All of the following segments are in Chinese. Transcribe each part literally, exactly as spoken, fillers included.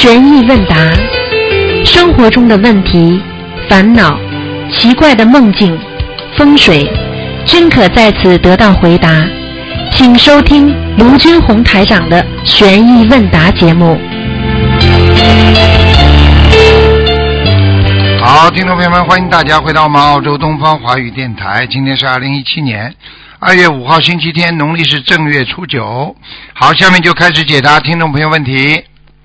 悬疑问答，生活中的问题、烦恼、奇怪的梦境、风水，均可在此得到回答。请收听卢军红台长的悬疑问答节目。 好，听众朋友们，欢迎大家回到我们澳洲东方华语电台。今天是二零一七年二月五号星期天，农历是正月初九。好，下面就开始解答听众朋友问题。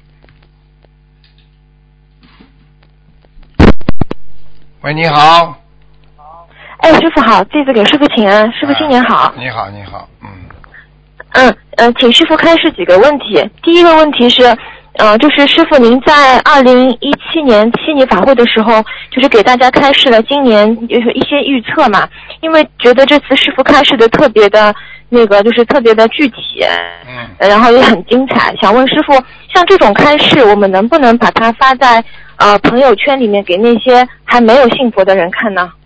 喂，你好。 哎，师傅好，弟子给师傅请安，师傅新年好。 啊、你好，你好，嗯。 嗯嗯，请师傅开示几个问题。第一个问题是，呃，就是师傅您在二零一七年悉尼法会的时候，就是给大家开示了今年就是一些预测嘛，因为觉得这次师傅开示的特别的那个，就是特别的具体， 嗯， 然后也很精彩。想问师傅，像这种开示，我们能不能把它发在呃朋友圈里面给那些还没有信佛的人看呢？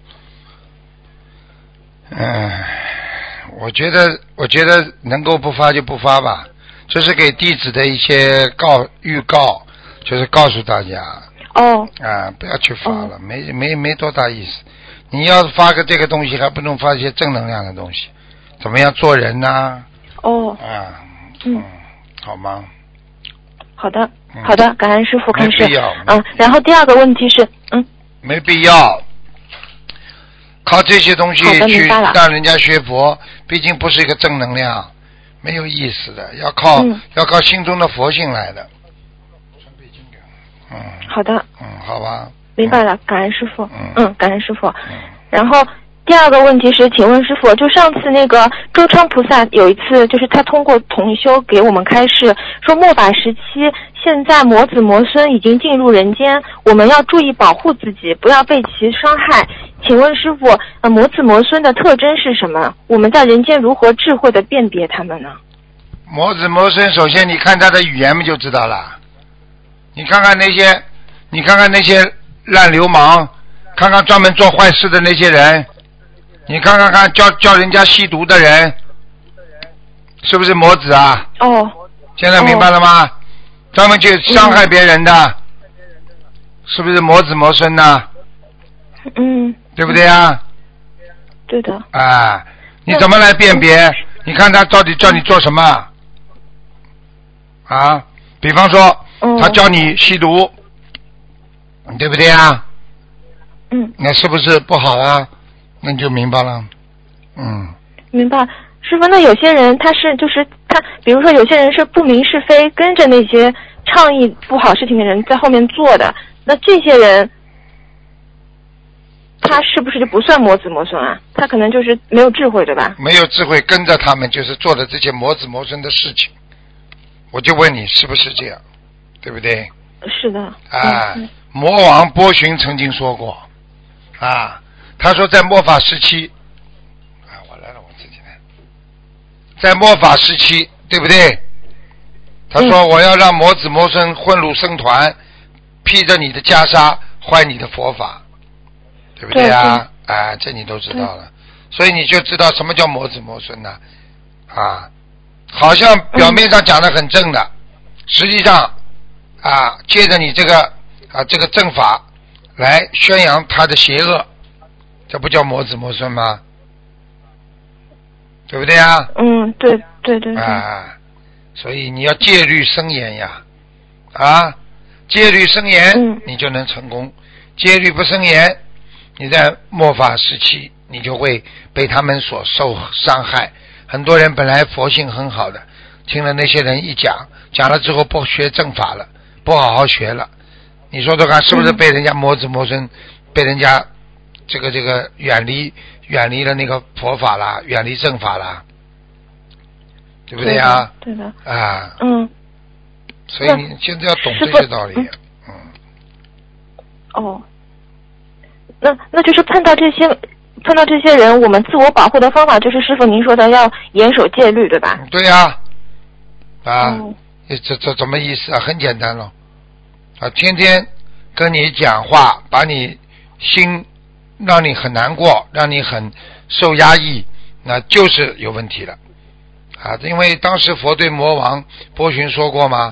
嗯，我觉得，我觉得能够不发就不发吧，这是给弟子的一些告预告，就是告诉大家。 哦。 啊，不要去发了，哦、没没没多大意思。你要发个这个东西，还不能发一些正能量的东西，怎么样做人呢、啊？ 哦。 啊， 嗯， 嗯好吗？ 好的，好的，感恩师傅开示。 没必要。 嗯，然后第二个问题是，嗯， 没必要。靠这些东西去让人家学佛，毕竟不是一个正能量，没有意思的。要靠、嗯、要靠心中的佛性来的。嗯。 好的。 嗯，好吧。 明白了，感恩师傅。 嗯。 嗯，感恩师傅。 嗯。然后第二个问题是，请问师傅，就上次那个周昌菩萨有一次，就是他通过同修给我们开示，说末法时期现在魔子魔孙已经进入人间，我们要注意保护自己，不要被其伤害。请问师傅，呃，魔子魔孙的特征是什么？我们在人间如何智慧的辨别他们呢？ 魔子魔孙，首先你看他的语言不就知道了？你看看那些，你看看那些烂流氓，看看专门做坏事的那些人，你看看看教教人家吸毒的人，是不是魔子啊？ 哦。 现在明白了吗？哦、专门去伤害别人的，嗯、是不是魔子魔孙呢？ 嗯。 对不对啊？ 对的。 啊，你怎么来辨别？你看他到底叫你做什么？啊，比方说，他教你吸毒，嗯、对不对啊？ 嗯。 那是不是不好啊？那你就明白了。嗯。 明白，师傅。那有些人他是就是他，比如说有些人是不明是非，跟着那些倡议不好事情的人在后面做的，那这些人。他是不是就不算魔子魔孙啊？他可能就是没有智慧，对吧？ 没有智慧，跟着他们就是做的这些魔子魔孙的事情。我就问你，是不是这样？对不对？ 是的。 啊，嗯、魔王波旬曾经说过，啊，他说在末法时期，啊，我来了，我自己来，在末法时期，对不对？他说我要让魔子魔孙混入僧团，披着你的袈裟，坏你的佛法。对不对啊？啊，这你都知道了，所以你就知道什么叫魔子魔孙呢？啊，好像表面上讲的很正的，嗯、实际上啊，借着你这个啊这个正法来宣扬他的邪恶，这不叫魔子魔孙吗？对不对啊？ 嗯，对对对对。 啊，所以你要戒律森严呀，啊，戒律森严， 嗯、 你就能成功；戒律不森严。你在末法时期，你就会被他们所受伤害。很多人本来佛性很好的，听了那些人一讲，讲了之后不学正法了，不好好学了，你说说看，是不是被人家魔子魔孙，嗯、被人家这个这个远离远离了那个佛法啦，远离正法啦，对不对啊？ 对的。 对的啊。 嗯。 所以你现在要懂这些道理。嗯。嗯哦。那那就是碰到这些碰到这些人，我们自我保护的方法就是师父您说的要严守戒律，对吧？ 对呀、啊，啊， 嗯、 这这怎么意思啊？很简单咯，啊，天天跟你讲话，把你心让你很难过，让你很受压抑，那就是有问题了啊！因为当时佛对魔王波旬说过嘛，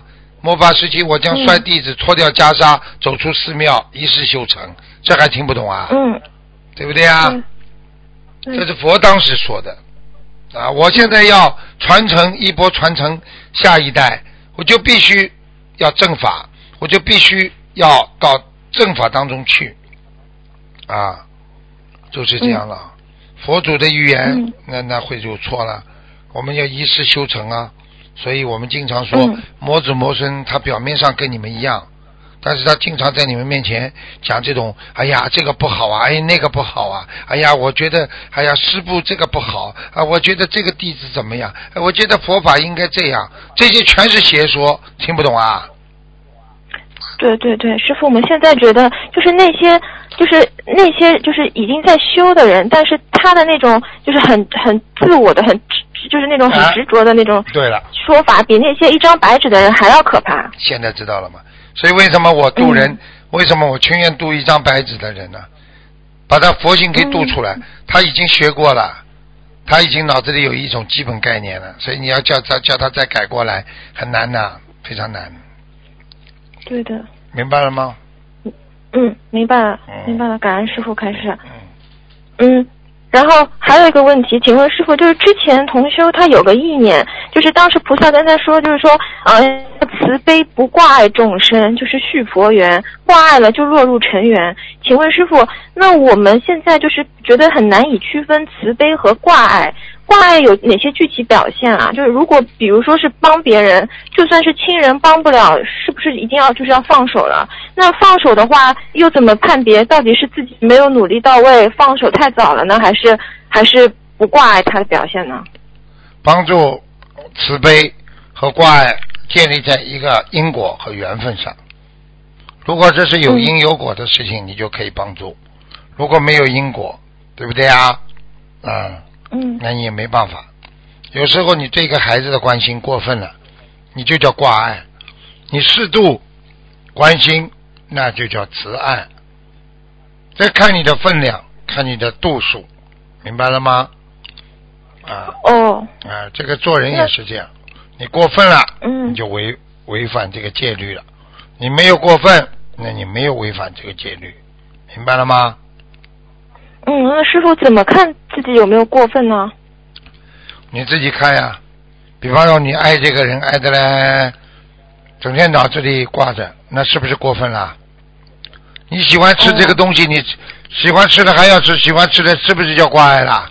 末法时期我将摔弟子，脱掉袈裟，走出寺庙，一世修成，这还听不懂啊？ 嗯， 对不对啊？ 嗯， 这是佛当时说的啊！我现在要传承一波，传承下一代，我就必须要正法，我就必须要到正法当中去啊！就是这样了。嗯、佛祖的预言，嗯、那那会就错了。我们要一世修成啊！所以我们经常说，嗯、魔子魔孙他表面上跟你们一样，但是他经常在你们面前讲这种，哎呀这个不好啊，哎那个不好啊，哎呀我觉得，哎呀师父这个不好啊，我觉得这个弟子怎么样，哎我觉得佛法应该这样，这些全是邪说，听不懂啊？ 对对对，师父，我们现在觉得就是那些就是那些就是已经在修的人，但是他的那种就是很很自我的，很就是那种很执着的那种对了说法，比那些一张白纸的人还要可怕。 现在知道了吗？所以为什么我渡人、嗯、为什么我情愿渡一张白纸的人呢？把他佛性给渡出来、嗯、他已经学过了，他已经脑子里有一种基本概念了，所以你要叫他叫他再改过来很难的，非常难。 对的， 明白了吗？ 嗯，明白了， 嗯、 明白了。感恩师父开示。 嗯， 嗯，然后还有一个问题，请问师父，就是之前同修他有个意念，就是当时菩萨跟他说，就是说，呃，慈悲不挂碍众生，就是续佛缘，挂碍了就落入尘缘。请问师父，那我们现在就是觉得很难以区分慈悲和挂碍。挂碍有哪些具体表现啊？就是如果比如说是帮别人，就算是亲人帮不了，是不是一定要就是要放手了？那放手的话，又怎么判别到底是自己没有努力到位，放手太早了呢，还是还是不挂碍他的表现呢？ 帮助慈悲和挂碍建立在一个因果和缘分上。如果这是有因有果的事情，嗯、你就可以帮助；如果没有因果，对不对啊？嗯。 嗯， 那你也没办法。有时候你对一个孩子的关心过分了，你就叫挂碍；你适度关心，那就叫慈爱。这看你的分量，看你的度数，明白了吗？啊， 哦， 啊，这个做人也是这样，你过分了， 嗯， 你就违违反这个戒律了；你没有过分，那你没有违反这个戒律，明白了吗？ 嗯，那师父怎么看自己有没有过分呢？ 你自己看呀，比方说你爱这个人爱的嘞，整天脑子里挂着，那是不是过分了？你喜欢吃这个东西，哦、你喜欢吃的还要吃，喜欢吃的是不是叫挂碍了？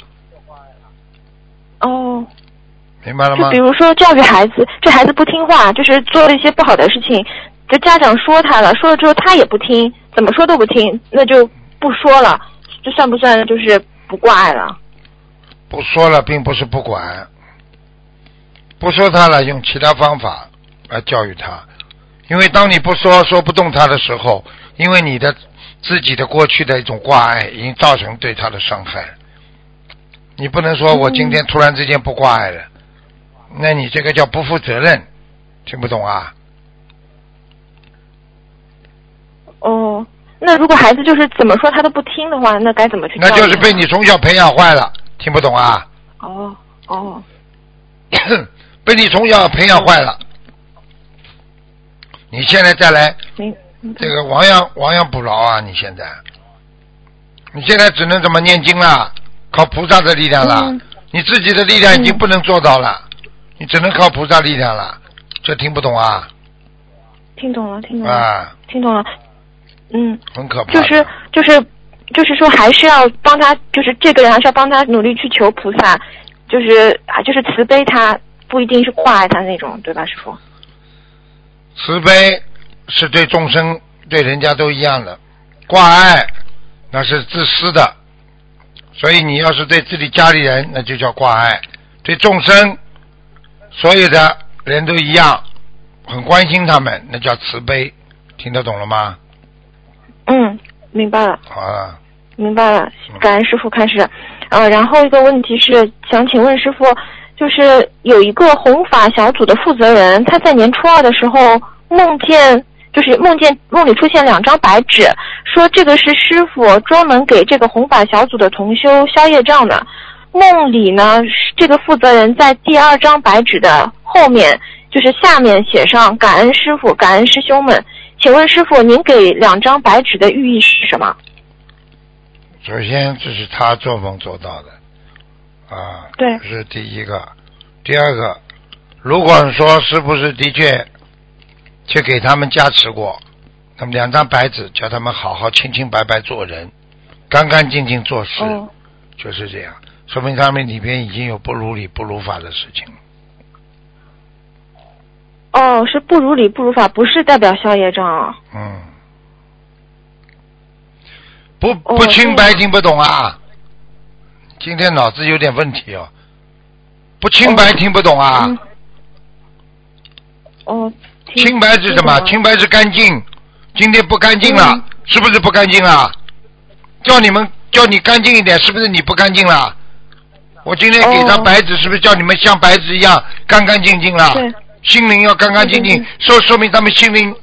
哦， 明白了吗？ 就比如说教育孩子，这孩子不听话，就是做了一些不好的事情，这家长说他了，说了之后他也不听，怎么说都不听，那就不说了。这算不算就是不挂碍了？ 不说了并不是不管，不说他了，用其他方法来教育他。因为当你不说说不动他的时候，因为你的自己的过去的一种挂碍已经造成对他的伤害。你不能说我今天突然之间不挂碍了，嗯、那你这个叫不负责任，听不懂啊？ 哦。那如果孩子就是怎么说他都不听的话，那该怎么去教育？ 那就是被你从小培养坏了，听不懂啊？ 哦哦， 被你从小培养坏了，你现在再来这个亡羊亡羊补牢啊！你现在，你现在只能怎么念经了？靠菩萨的力量了，嗯、你自己的力量已经不能做到了，嗯、你只能靠菩萨力量了。这听不懂啊？ 听懂了，听懂了， 啊、 听懂了。嗯， 很可怕。 就是就是就是说，还是要帮他，就是这个人还是要帮他努力去求菩萨，就是啊，就是慈悲他，不一定是挂碍他那种，对吧，师父？ 慈悲是对众生对人家都一样的，挂碍那是自私的，所以你要是对自己家里人，那就叫挂碍；对众生，所有的人都一样，很关心他们，那叫慈悲。听得懂了吗？ 嗯，明白了。 好了， 明白了，感恩师父开始。呃，然后一个问题是想请问师父，就是有一个弘法小组的负责人，他在年初二的时候梦见，就是梦见梦里出现两张白纸，说这个是师父专门给这个弘法小组的同修消业障的。梦里呢，这个负责人在第二张白纸的后面就是下面写上感恩师傅，感恩师兄们。请问师傅，您给两张白纸的寓意是什么？ 首先，这是他做梦做到的，啊， 对， 这是第一个。第二个，如果说是不是的确去给他们加持过，那么两张白纸叫他们好好清清白白做人，干干净净做事， 哦、 就是这样，说明他们里边已经有不如理不如法的事情了。 哦，是不如理不如法，不是代表消业障啊。 嗯，不不清白听不懂啊？今天脑子有点问题哦。不清白听不懂啊？ 嗯、哦。 清白是什么？清白是干净。今天不干净了， 嗯、 是不是不干净了？叫你们叫你干净一点，是不是你不干净了？我今天给张白纸，是不是叫你们像白纸一样干干净净了？ 对。 心灵要干干净净，说说明他们心灵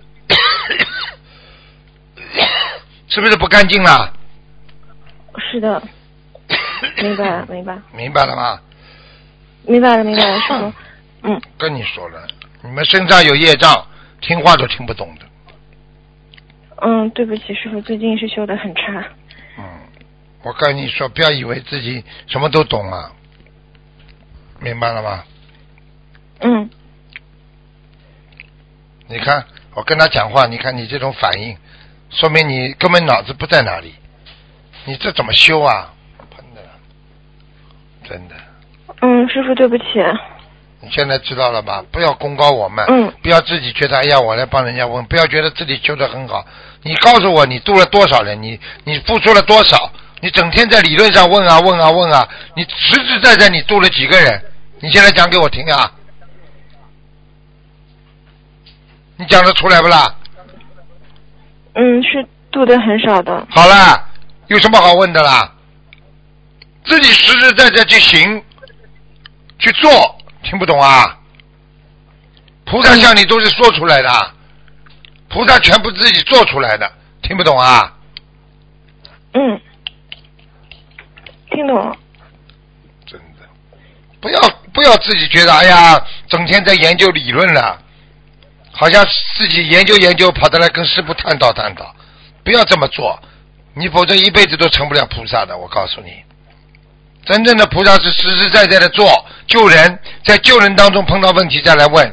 是不是不干净了？ 是的，明白了，明白。 明白了吗？ 明白了，明白了，师傅。嗯。 跟你说了，你们身上有业障，听话都听不懂的。 嗯，对不起，师傅，最近是修得很差。 嗯，我跟你说，不要以为自己什么都懂啊，明白了吗？ 嗯。 你看我跟他讲话，你看你这种反应，说明你根本脑子不在那里。你这怎么修啊？喷的，真的。 嗯，师傅对不起。 你现在知道了吧？不要功高我慢， 嗯， 不要自己觉得哎呀我来帮人家问，不要觉得自己修得很好。你告诉我你度了多少人，你你付出了多少？你整天在理论上问啊问啊问啊，你实实在在你度了几个人？你现在讲给我听啊！你讲得出来不啦？ 嗯，是度的很少的。 好了，有什么好问的啦？自己实实在在去行，去做，听不懂啊？菩萨像你都是说出来的，菩萨全部自己做出来的，听不懂啊？ 嗯，听懂了。 真的，不要不要自己觉得哎呀，整天在研究理论了。好像自己研究研究跑得来跟师父探讨探讨，不要这么做，你否则一辈子都成不了菩萨的。我告诉你，真正的菩萨是实实在在的做救人，在救人当中碰到问题再来问。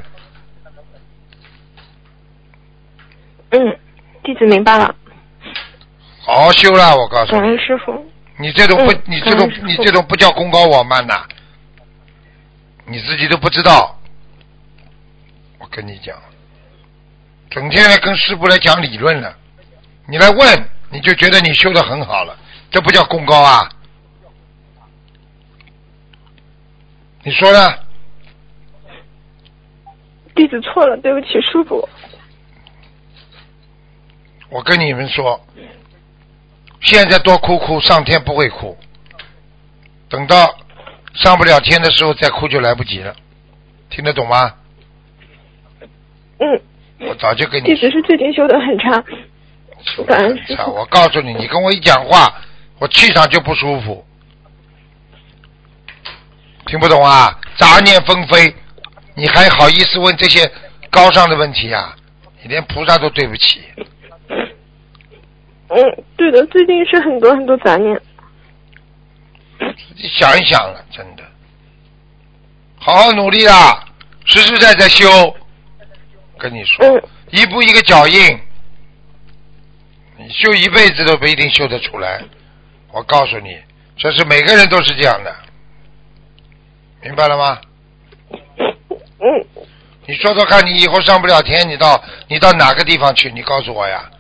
嗯，弟子明白了。 好好修了，我告诉你。 感恩师父。 你这种不， 嗯、 你这种你这种不叫功高我慢呐，你自己都不知道。我跟你讲。整天来跟师父来讲理论了，你来问你就觉得你修得很好了，这不叫功高啊？你说呢？ 弟子错了，对不起师父。 我跟你们说，现在多哭哭，上天不会哭，等到上不了天的时候再哭就来不及了，听得懂吗？ 嗯。 我早就跟你弟子是最近修得很差，感恩师父。 我告诉你，你跟我一讲话，我气场就不舒服，听不懂啊？杂念纷飞，你还好意思问这些高尚的问题啊？你连菩萨都对不起。 嗯，对的，最近是很多很多杂念。 你想一想了，真的，好好努力啦，实实在在修。跟你说、 嗯、 一步一个脚印，你修一辈子都不一定修得出来。我告诉你，这是每个人都是这样的，明白了吗？ 嗯。 你说说看，你以后上不了天，你到你到哪个地方去？你告诉我呀。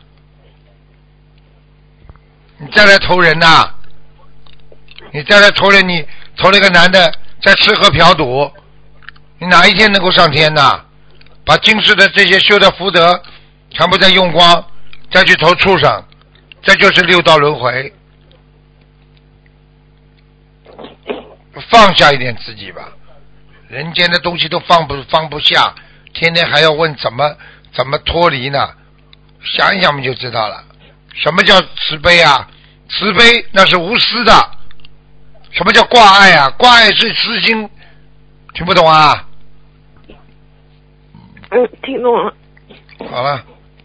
你再来投人呐、啊？你再来投人，你投了一个男的在吃喝嫖赌，你哪一天能够上天呐？把今世的这些修的福德全部再用光，再去投畜生，这就是六道轮回。放下一点自己吧，人间的东西都放不放不下，天天还要问怎么怎么脱离呢？想一想我们就知道了，什么叫慈悲啊？慈悲那是无私的。什么叫挂碍啊？挂碍是私心，听不懂啊？ 嗯，听懂了。 好了。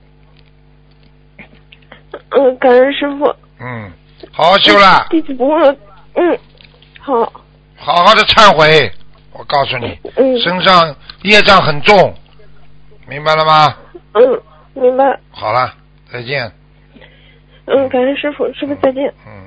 嗯，感恩师傅。 嗯，好好修了。 弟子不忘了。嗯，好。 好好的忏悔，我告诉你， 嗯， 身上业障很重，明白了吗？ 嗯，明白。 好了，再见。 嗯，感恩师傅，师傅再见。 嗯。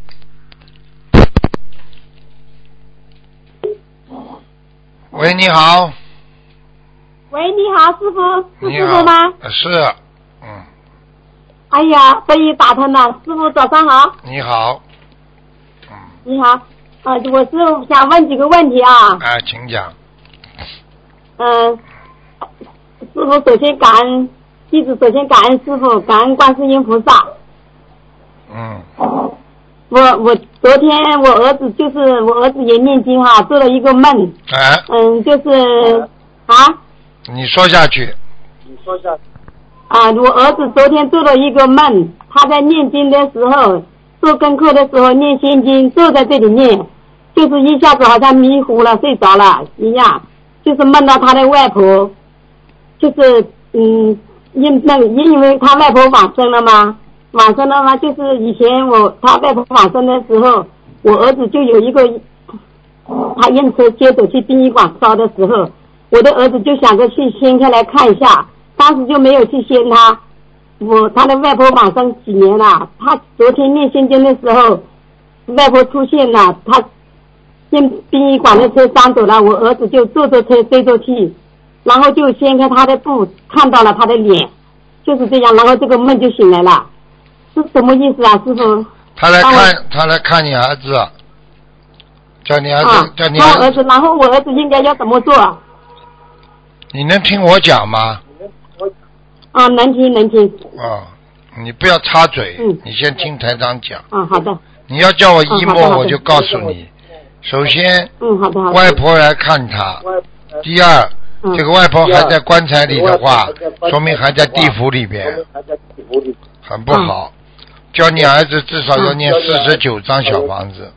喂，你好。 喂，你好，师傅，是师傅吗？ 是，嗯。 哎呀，终于打通了，师傅早上好。 你好。嗯。 你好，啊，我是想问几个问题啊。 哎，请讲。 嗯，师傅首先感恩，弟子首先感恩师傅，感恩观世音菩萨。 嗯。 我我昨天我儿子就是我儿子也念经哈，做了一个梦。 哎。 嗯，就是啊。 你说下去。 你说下去。啊，我儿子昨天做了一个梦，他在念经的时候，做功课的时候念心经，坐在这里念，就是一下子好像迷糊了，睡着了一样，就是梦到他的外婆，就是嗯，因那因为他外婆往生了嘛，往生了嘛，就是以前我他外婆往生的时候，我儿子就有一个，他验车接走去殡仪馆烧的时候，我的儿子就想着去掀开来看一下。当时就没有去掀他，我他的外婆往生几年了，他昨天念心经的时候，外婆出现了，他进殡仪馆的车上走了，我儿子就坐着车追着去，然后就掀开他的布，看到了他的脸，就是这样，然后这个梦就醒来了，是什么意思啊，师傅？ 他来看，他来看你儿子，叫你儿子，啊、叫你儿子。 看我儿子，然后我儿子应该要怎么做？ 你能听我讲吗？ 啊，能听能听。 啊，你不要插嘴， 嗯、 你先听台长讲。 啊，好的。 你要叫我一默，我就告诉你。首先， 嗯，好的好的。 外婆来看他。第二， 嗯、 这个外婆还在棺材里的话，说明还在地府里边，很不好。嗯、叫你儿子至少要念四十九张小房子。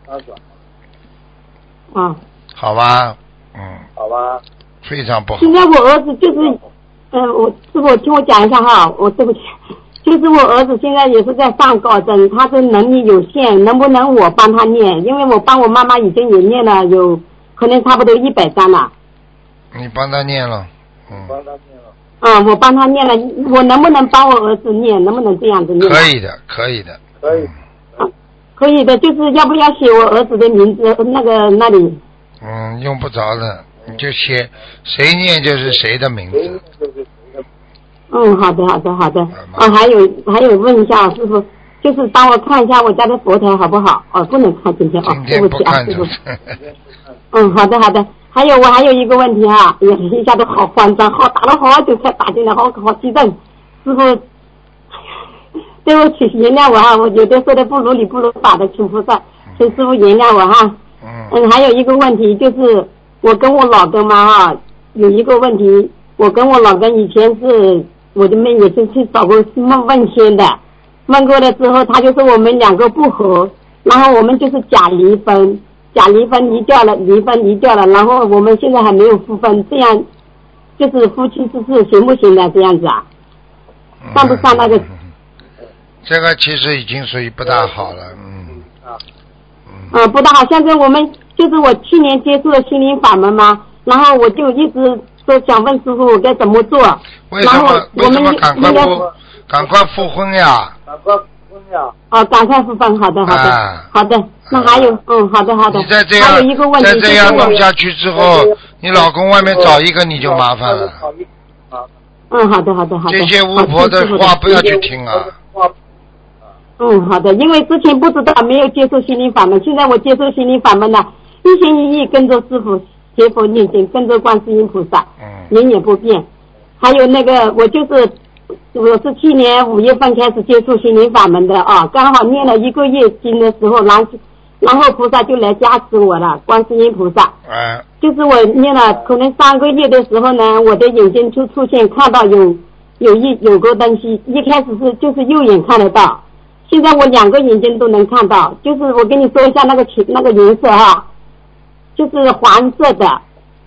啊。 好吧，嗯。 好吧。 非常不好。 现在我儿子就是。嗯、呃，我师傅听我讲一下哈，我对不起，就是我儿子现在也是在上高中，他的能力有限，能不能我帮他念？因为我帮我妈妈已经也念了有，可能差不多一百张了。 你帮他念了，嗯。 帮他念了。 嗯，我帮他念了，我能不能帮我儿子念？能不能这样子念？ 可以的，可以的。 可以。 啊，可以的，就是要不要写我儿子的名字那个那里？ 嗯，用不着的。你就写谁念就是谁的名字。 嗯，好的，好的，好的。啊，还有还有问一下师傅，就是帮我看一下我家的佛台好不好？哦，不能看今天哦，对不起啊，师傅。嗯，好的，好的。还有我还有一个问题哈、啊，哎呀，一下都好慌张，好打了好久才打进来，好好激动。师傅，对不起，原谅我哈、啊，我有的说的不如理不如法的，请菩萨，请师傅原谅我哈、啊。嗯。嗯，还有一个问题就是。我跟我老公嘛哈，有一个问题，我跟我老公以前是我的妹也是去找过问问仙的，问过了之后，他就说我们两个不合，然后我们就是假离婚，假离婚离掉了，离婚离掉了，然后我们现在还没有复婚，这样就是夫妻之事行不行的这样子啊？上不上那个？ 嗯、这个其实已经属于不大好了，嗯。 嗯、呃，不大好，像是我们。就是我去年接触了心灵法门嘛，然后我就一直说想问师傅我该怎么做。 为什么为什么赶快复赶快复婚呀？ 赶快复婚呀！ 哦，赶快复婚，好的好的、啊、好的。那还有、啊、嗯好的好的。 你再这样还有一个问题再这样弄下去之后，你老公外面找一个你就麻烦了。 嗯，好的好的好的。 这些巫婆的话不要去听啊。 嗯，好的，因为之前不知道，没有接触心灵法门，现在我接触心灵法门了，一心一意跟着师父学佛念经，跟着观世音菩萨，嗯，念念不变。还有那个，我就是我是去年五月份开始接触心灵法门的啊，刚好念了一个月经的时候，然后然后菩萨就来加持我了，观世音菩萨。 嗯。 就是我念了可能三个月的时候呢，我的眼睛就出现看到有有一有个东西，一开始是就是右眼看得到。现在我两个眼睛都能看到，就是我跟你说一下那个那个颜色哈，就是黄色的，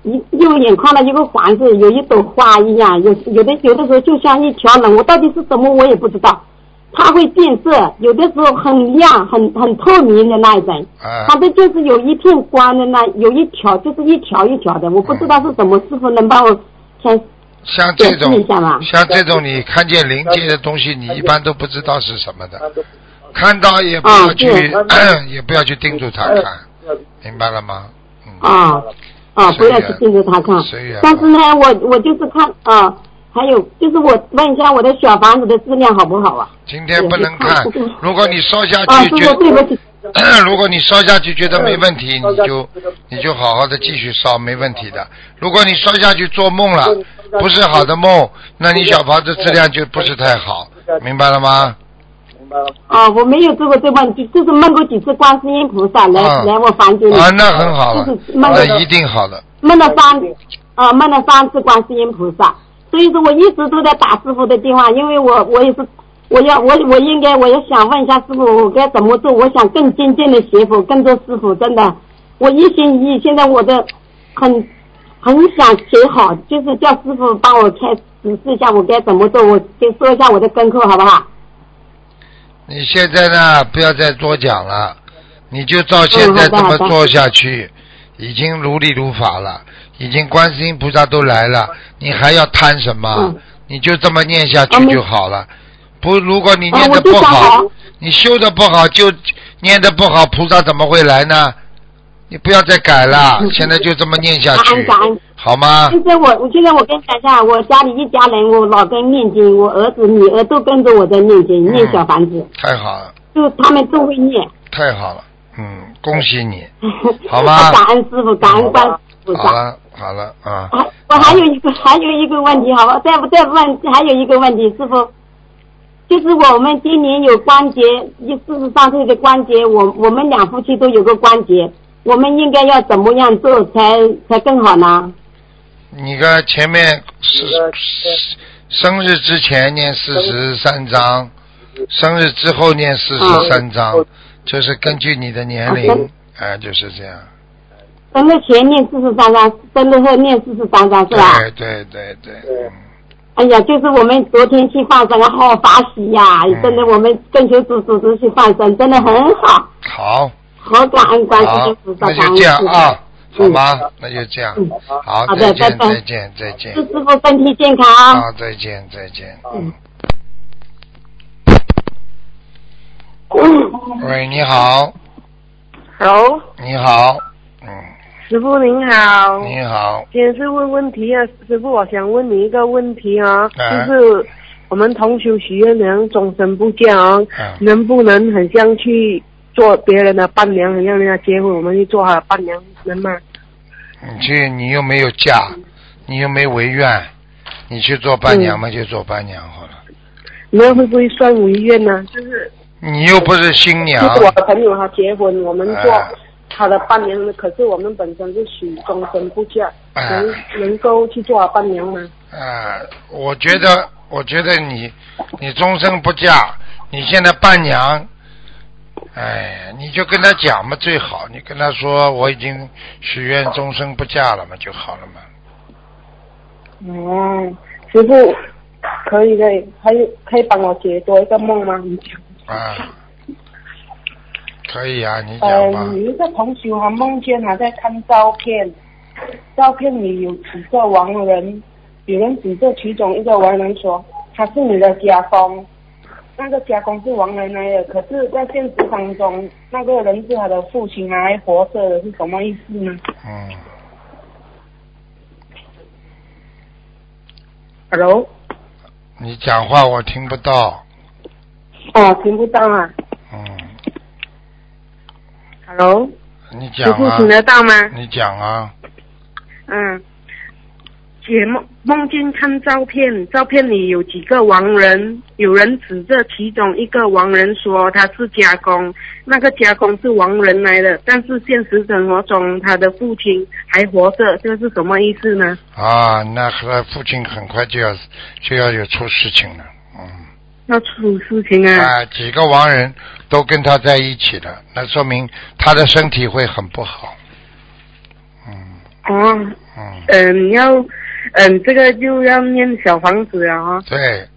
一右眼看到一个房子，有一朵花一样，有有的有的时候就像一条龙，我到底是什么我也不知道。它会变色，有的时候很亮，很很透明的那一种， 啊、 它的就是有一片光的那，有一条就是一条一条的，我不知道是什么，师傅能帮我先像这种解释一下吗？ 像这种你看见灵界的东西，你一般都不知道是什么的，看到也不要去， 啊、 也不要去盯住它看，明白了吗？嗯。 啊啊，不要去盯着它看。但是呢，我我就是看啊。还有就是我问一下我的小房子的质量好不好啊？ 今天不能看，如果你烧下去觉得， 如果你烧下去觉得没问题，你就你就好好的继续烧，没问题的。如果你烧下去做梦了，不是好的梦，那你小房子质量就不是太好，明白了吗？ 啊，我没有做过这梦，就是梦过几次观世音菩萨来、啊、来我房间里。 啊，那很好了， 就是那一定好的。 梦了三啊，梦了三次观世音菩萨。所以说我一直都在打师傅的电话，因为我我也是，我要我我应该我也想问一下师傅，我该怎么做？我想更精进的学佛，跟着师傅，真的，我一心一意。现在我的很很想学好，就是叫师傅帮我开指示一下我该怎么做，我先说一下我的功课好不好？ 你现在呢，不要再多讲了，你就照现在这么做下去，嗯、已经如理如法了。已经观世音菩萨都来了，你还要贪什么？嗯、你就这么念下去就好了。不，如果你念的不好，你修的不好，就念的不好，菩萨怎么会来呢？你不要再改了，嗯、现在就这么念下去， 感恩好吗？ 现在我，我现在我跟你讲一下，我家里一家人，我老公念经，我儿子、女儿都跟着我在念经，嗯、念小房子。 太好了。 就他们都会念。 太好了，嗯，恭喜你，好吗？ 感恩师傅，感恩观世菩萨。 好了。好了啊， 我还有一个还有一个问题，好吧，再不再问，还有一个问题，师傅，就是我们今年有关节，四十三岁的关节，我我们两夫妻都有个关节，我们应该要怎么样做才才更好呢？ 你个前面是生日之前念四十三章，生日之后念四十三章，就是根据你的年龄，哎、啊，就是这样。 生日前念四十三章，生日后念四十三章是吧？ 对对对对。嗯、 哎呀，就是我们昨天去放生，好法喜呀！嗯、真的，我们跟求主组织去放生，真的很好。 好。 好感恩观世音菩萨， 那就这样啊，好吗？嗯、那就这样。嗯、好， 好再见， 拜拜再见，再见。 祝师傅身体健康。 好，再见，再见。嗯。喂，你好。 Hello。 你好。嗯。 师傅您好。 你好。 先是问问题啊，师傅，我想问你一个问题啊，啊就是我们同修许愿能终身不嫁啊，啊能不能很像去做别人的伴娘，很像人家结婚，我们去做他的伴娘，能吗？ 你去，你又没有嫁，你又没违愿，你去做伴娘嘛，嗯、就做伴娘好了。 那会不会算违愿呢？就是你又不是新娘。 就是我的朋友他结婚，我们做。啊他的伴娘，可是我们本身是许终身不嫁，啊、能能够去做伴娘吗？ 啊，我觉得，我觉得你，你终身不嫁，你现在伴娘，哎，你就跟他讲嘛，最好，你跟他说我已经许愿终身不嫁了嘛，就好了嘛。 哦，师傅，可以的，还有可以帮我解多一个梦吗？ 啊。可以啊，你讲吧。 呃，有一个同学他梦见他在看照片，照片里有几个亡人，有人指着其中一个亡人说他是你的家公，那个家公是亡人来的，可是在现实当中那个人是他的父亲还活着的，是什么意思呢？ 嗯。 Hello。 你讲话我听不到。 哦，听不到啊。 嗯。 Hello， 你讲啊， 师傅听得到吗？ 你讲啊。 嗯，解梦梦见看照片，照片里有几个亡人，有人指着其中一个亡人说他是家公，那个家公是亡人来的，但是现实生活中他的父亲还活着，这是什么意思呢？ 啊，那他父亲很快就要就要有出事情了，嗯。 要出事情啊！ 啊，几个亡人都跟他在一起了，那说明他的身体会很不好。嗯。 哦， 嗯。 嗯，要嗯这个就要念小房子了哈、哦。 对。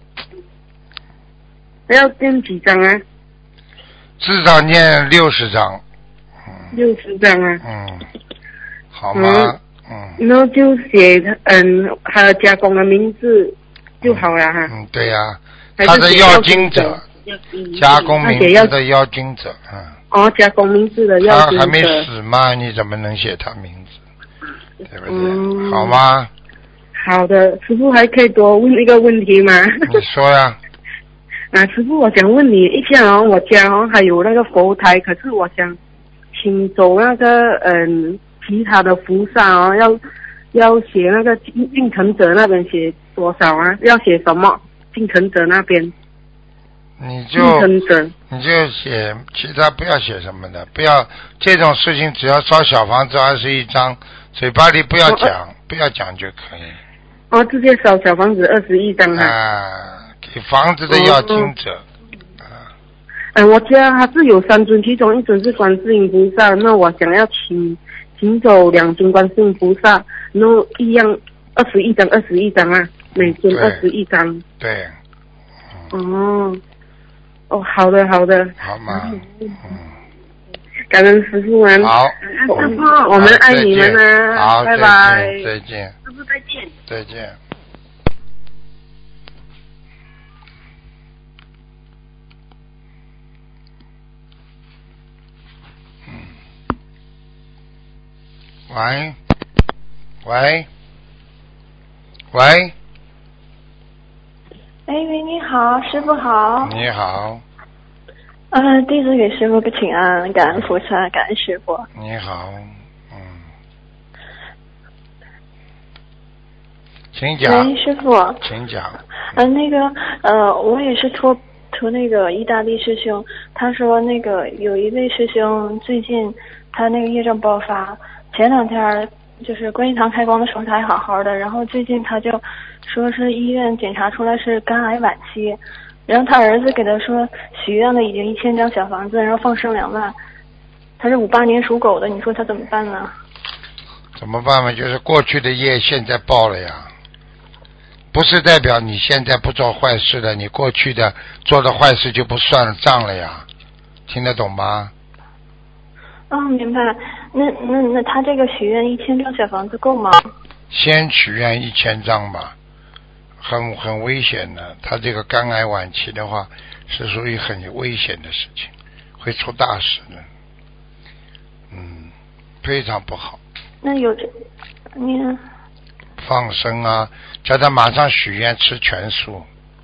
要念几张啊？ 至少念六十张。 嗯。六十张啊。 嗯。好吗？嗯。 嗯然后就写嗯他的家公的名字就好了哈。 嗯，对呀、啊，他的要经者，加工名字的要经者，嗯。 哦，加工名字的要经者。 他还没死嘛，你怎么能写他名字？对不对？嗯、好吗？ 好的，师傅还可以多问一个问题吗？ 你说呀。 啊，师傅，我想问你一下哦，我家哦还有那个佛台，可是我想请走那个嗯其他的菩萨哦，要要写那个进程者那边写多少啊？要写什么？进程者那边。 你就你就写，其他不要写什么的，不要这种事情，只要烧小房子二十一张，嘴巴里不要讲，哦、不要讲就可以。 哦，直接烧小房子二十一张啊。 啊，给房子的要经者。 哦、啊。嗯、呃，我家还是有三尊，其中一尊是观世音菩萨，那我想要请请走两尊观世音菩萨，然后一样二十一张，二十一张啊，每尊二十一张。 对。 嗯、哦。哦，好的，好的。 好吗？嗯。 感恩师父们。 好。 师父，我们爱你们啊！ 好， 拜拜。 再见。 师父再见。 再见。嗯。喂。喂。喂。 哎喂，你好，师傅好。 你好。 呃，弟子给师傅个请安，感恩菩萨，感恩师傅。 你好，嗯，请讲。 喂，师傅。 请讲。 呃，那个呃，我也是托托那个意大利师兄，他说那个有一位师兄最近他那个业障爆发，前两天就是观音堂开光的时候他还好好的，然后最近他就说是医院检查出来是肝癌晚期。然后他儿子给他说许愿了已经一千张小房子，然后放生两万。他是五八年属狗的，你说他怎么办呢？ 怎么办嘛？就是过去的业现在报了呀，不是代表你现在不做坏事了，你过去的做的坏事就不算账了呀，听得懂吗？ 哦，明白。那那那他这个许愿一千张小房子够吗？ 先许愿一千张吧。很很危险的，他这个肝癌晚期的话，是属于很危险的事情，会出大事的，嗯，非常不好。 那有这，你放生啊，叫他马上许愿吃全素。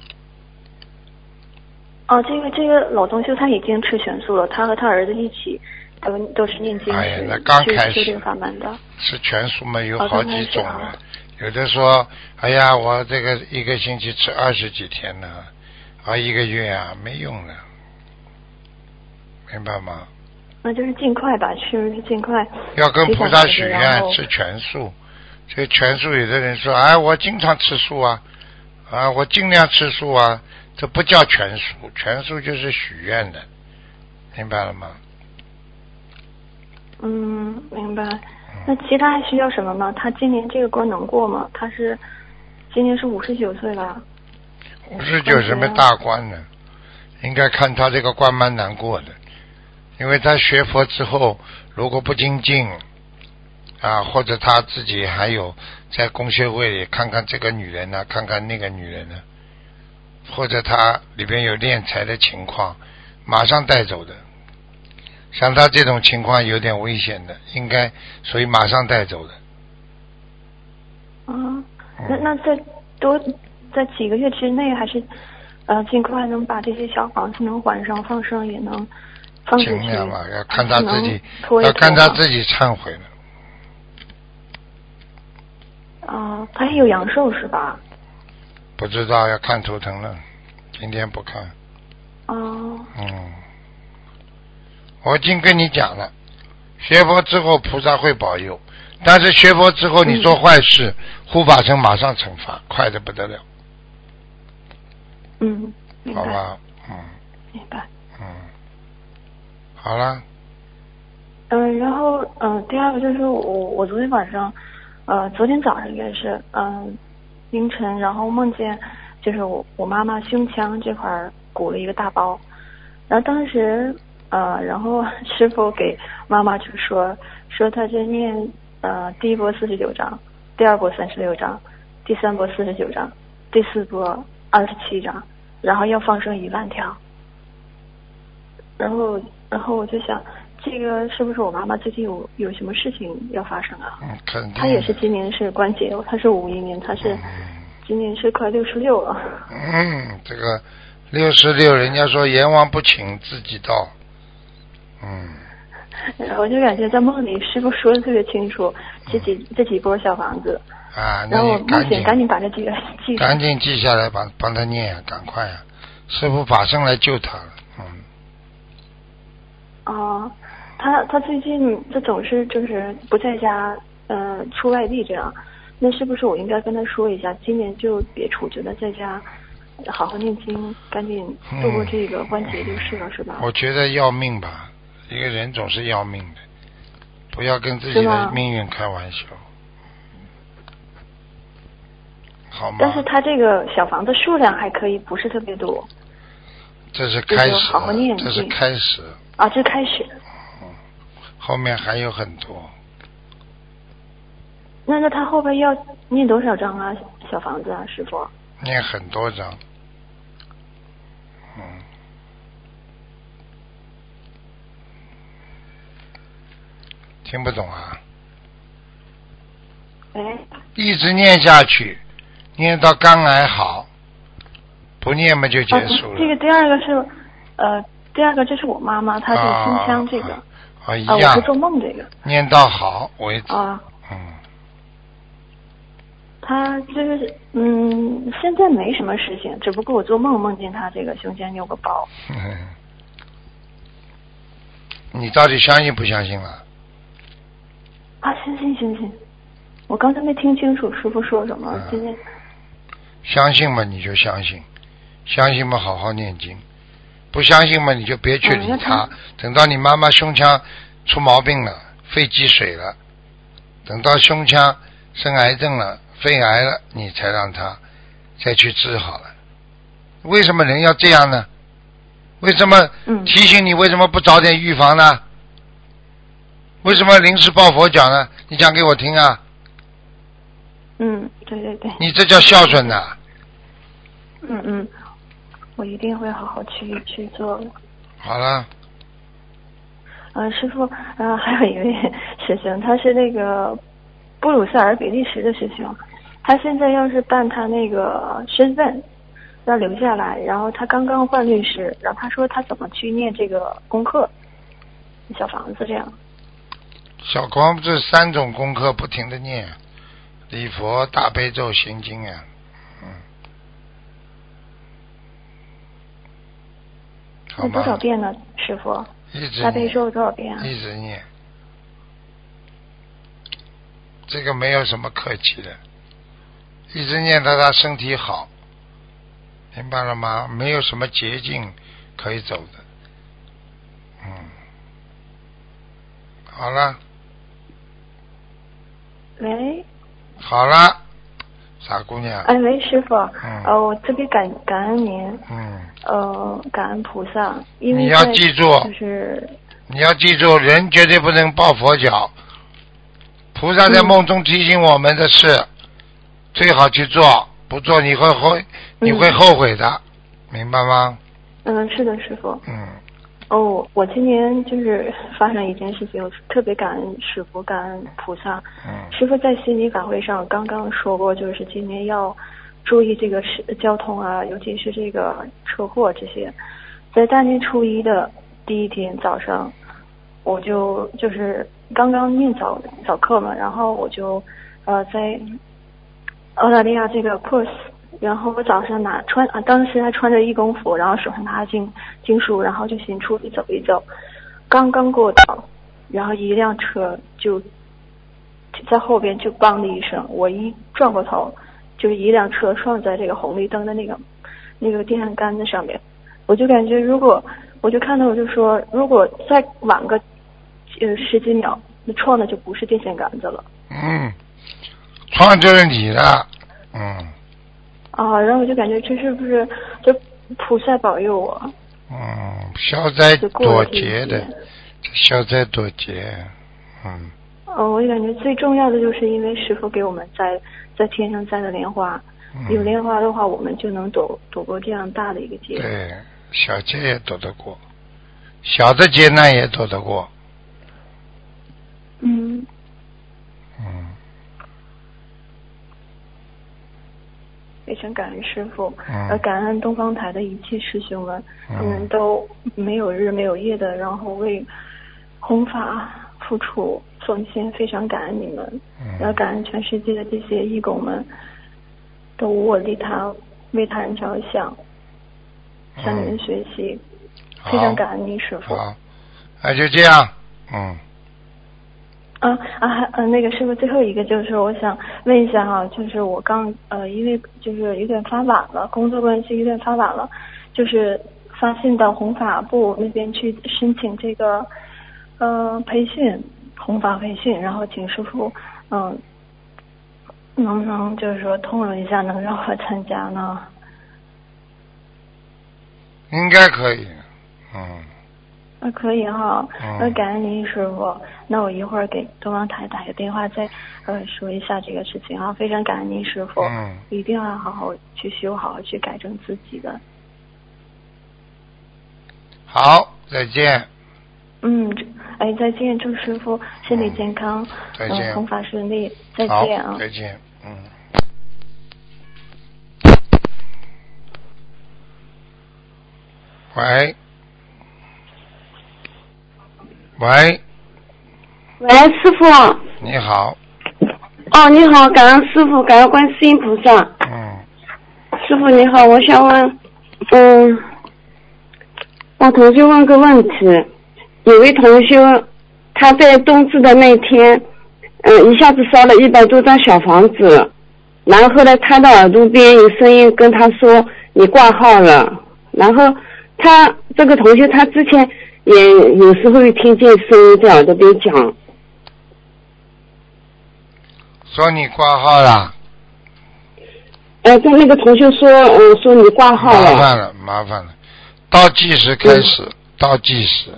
哦，这个这个老同修他已经吃全素了，他和他儿子一起都都是念经， 哎呀，那刚开始修定法门的。 吃全素嘛，有好几种了。有的说，哎呀，我这个一个星期吃二十几天呢，啊，一个月啊，没用的，明白吗？ 那就是尽快吧，吃尽快。 要跟菩萨许愿吃全素，这个全素有的人说，哎，我经常吃素啊，啊，我尽量吃素啊，这不叫全素，全素就是许愿的，明白了吗？ 嗯，明白。那其他还需要什么吗？他今年这个关能过吗？他是今年是五十九岁了。 五十九什么大关呢？应该看他这个关蛮难过的，因为他学佛之后，如果不精进啊，或者他自己还有在公学会里看看这个女人呢、啊，看看那个女人呢、啊，或者他里边有敛财的情况，马上带走的。像他这种情况有点危险的，应该所以马上带走的。 啊，那那在多在几个月之内，还是呃尽快能把这些小房子能还上，放生也能放出去。 尽量吧，要看他自己，要看他自己忏悔了。 啊，他也有阳寿是吧？ 不知道，要看图腾了，今天不看。 哦。 嗯。我已经跟你讲了，学佛之后菩萨会保佑，但是学佛之后你做坏事，护法神马上惩罚，快得不得了。 嗯，明白。 好吧，嗯。 明白。 嗯。好了。 嗯、呃，然后嗯、呃，第二个就是我我昨天晚上呃，昨天早上应该是嗯、呃、凌晨，然后梦见就是我我妈妈胸腔这块鼓了一个大包，然后当时呃，然后师傅给妈妈就说说他这念呃第一波四十九章，第二波三十六章，第三波四十九章，第四波二十七章，然后要放生一万条。然后然后我就想，这个是不是我妈妈最近有有什么事情要发生啊？ 嗯，肯定。 她也是今年是关节，她是五一年，她是今年是快六十六了。 嗯，这个六十六，人家说阎王不请自己到。嗯。 我就感觉在梦里师傅说的特别清楚，这几、嗯、这几波小房子。 啊， 然后我赶紧赶紧把这几个记。 赶紧记下来，帮帮他念，赶快啊！师傅马上来救他了。嗯。 哦，他他最近他总是就是不在家，呃，出外地这样。那是不是我应该跟他说一下，今年就别出去了，在家好好念经，赶紧度过这个关节就是了，是吧？ 我觉得要命吧，一个人总是要命的，不要跟自己的命运开玩笑，好吗？ 但是他这个小房子数量还可以，不是特别多。 这是开始， 好好念， 这是开始。 啊，这开始。 嗯，后面还有很多。 那那他后边要念多少章啊？小房子啊，师傅？ 念很多章。嗯。听不懂啊？ 哎。 一直念下去，念到肝癌好，不念嘛就结束了。 啊、这个第二个是，呃。第二个，这是我妈妈，她是胸腔这个， 啊，啊一样，啊，我是做梦这个。 念到好为止。 啊。 嗯。 她就是嗯，现在没什么事情，只不过我做梦梦见她这个胸前有个包。 嗯。你到底相信不相信了？ 啊，相信相信。我刚才没听清楚师傅说什么，嗯、今天。 相信嘛，你就相信；相信嘛，好好念经。不相信嘛，你就别去理他、嗯、等到你妈妈胸腔出毛病了，肺积水了，等到胸腔生癌症了，肺癌了，你才让他再去治好了。为什么人要这样呢？为什么提醒你为什么不早点预防呢？为什么临时抱佛脚呢？你讲给我听啊。 嗯，对对对。 你这叫孝顺呐。 嗯嗯。我一定会好好去去做的。 好了。 呃，师傅，呃，还有一位师兄，他是那个布鲁塞尔比利时的师兄，他现在要是办他那个身份要留下来，然后他刚刚换律师，然后他说他怎么去念这个功课，小房子这样。 小光这三种功课不停的念，礼佛、大悲咒、心经呀。 那多少遍呢，师傅？ 一直大悲咒多少遍啊？ 一直念，这个没有什么客气的，一直念到他身体好，明白了吗？没有什么捷径可以走的。嗯，好了。 喂。 好了。傻姑娘。 哎，喂，师傅。 嗯。 呃，我特别感感恩您。 嗯。 呃，感恩菩萨，因为你要记住， 就是你要记住，人绝对不能抱佛脚。菩萨在梦中提醒我们的事，嗯、最好去做，不做你会后你会后悔的，嗯、明白吗？ 嗯，是的，师傅。 嗯。 哦，我今年就是发生一件事情，我特别感恩师傅，感恩菩萨。 嗯。 师傅在心理法会上刚刚说过，就是今年要注意这个是交通啊，尤其是这个车祸这些。在大年初一的第一天早上，我就就是刚刚念早早课嘛，然后我就呃在澳大利亚这个 Perth。然后我早上拿穿啊，当时还穿着义工服，然后手上拿经经书，然后就先出去走一走。刚刚过道，然后一辆车就在后边就梆的一声，我一转过头，就是一辆车撞在这个红绿灯的那个那个电线杆子上面。我就感觉如果我就看到我就说，如果再晚个呃十几秒，那撞的就不是电线杆子了。 嗯， 撞就是你了，嗯。 哦，然后我就感觉这是不是就菩萨保佑我？ 嗯，消灾躲劫的，消灾躲劫，嗯。 哦，我就感觉最重要的就是因为师父给我们栽在天上栽的莲花， 嗯、 有莲花的话，我们就能躲躲过这样大的一个劫。 对，小劫也躲得过，小的劫难也躲得过。 嗯。 嗯。 非常感恩师父， 嗯、 呃，感恩东方台的一切师兄们， 嗯、 你们都没有日没有夜的，然后为弘法付出奉献，非常感恩你们， 嗯、 要感恩全世界的这些义工们，都无我利他，为他人着想，向你们学习， 嗯、 非常感恩你师父。 好，那就这样，嗯。 啊啊呃，那个师傅，最后一个就是我想问一下哈，就是我刚呃，因为就是有点发晚了，工作关系有点发晚了，就是发信到弘法部那边去申请这个呃培训，弘法培训，然后请师傅嗯、呃，能不能就是说通融一下，能让我参加呢？ 应该可以，嗯。 那可以哈， 嗯、 那感恩您师傅。那我一会儿给东方台打个电话，再呃说一下这个事情啊。非常感恩您师傅， 嗯， 一定要好好去修，好好去改正自己的。 好，再见。 嗯，哎，再见，祝师傅身体健康， 嗯、再见， 弘、呃、法顺利，再见啊， 再见，嗯。喂。喂， 喂，师傅。 你好。 哦，你好，感恩师傅，感恩观世音菩萨。 嗯。 师傅你好，我想问，嗯，我同学问个问题，有位同学他在冬至的那天，嗯，一下子烧了一百多张小房子，然后呢，他的耳朵边有声音跟他说你挂号了，然后他这个同学他之前也有时候会听见声音在耳朵边讲， 说你挂号了。 呃，跟那个同学说，嗯、呃，说你挂号了。 麻烦了，麻烦了，倒计时开始，嗯、倒计时。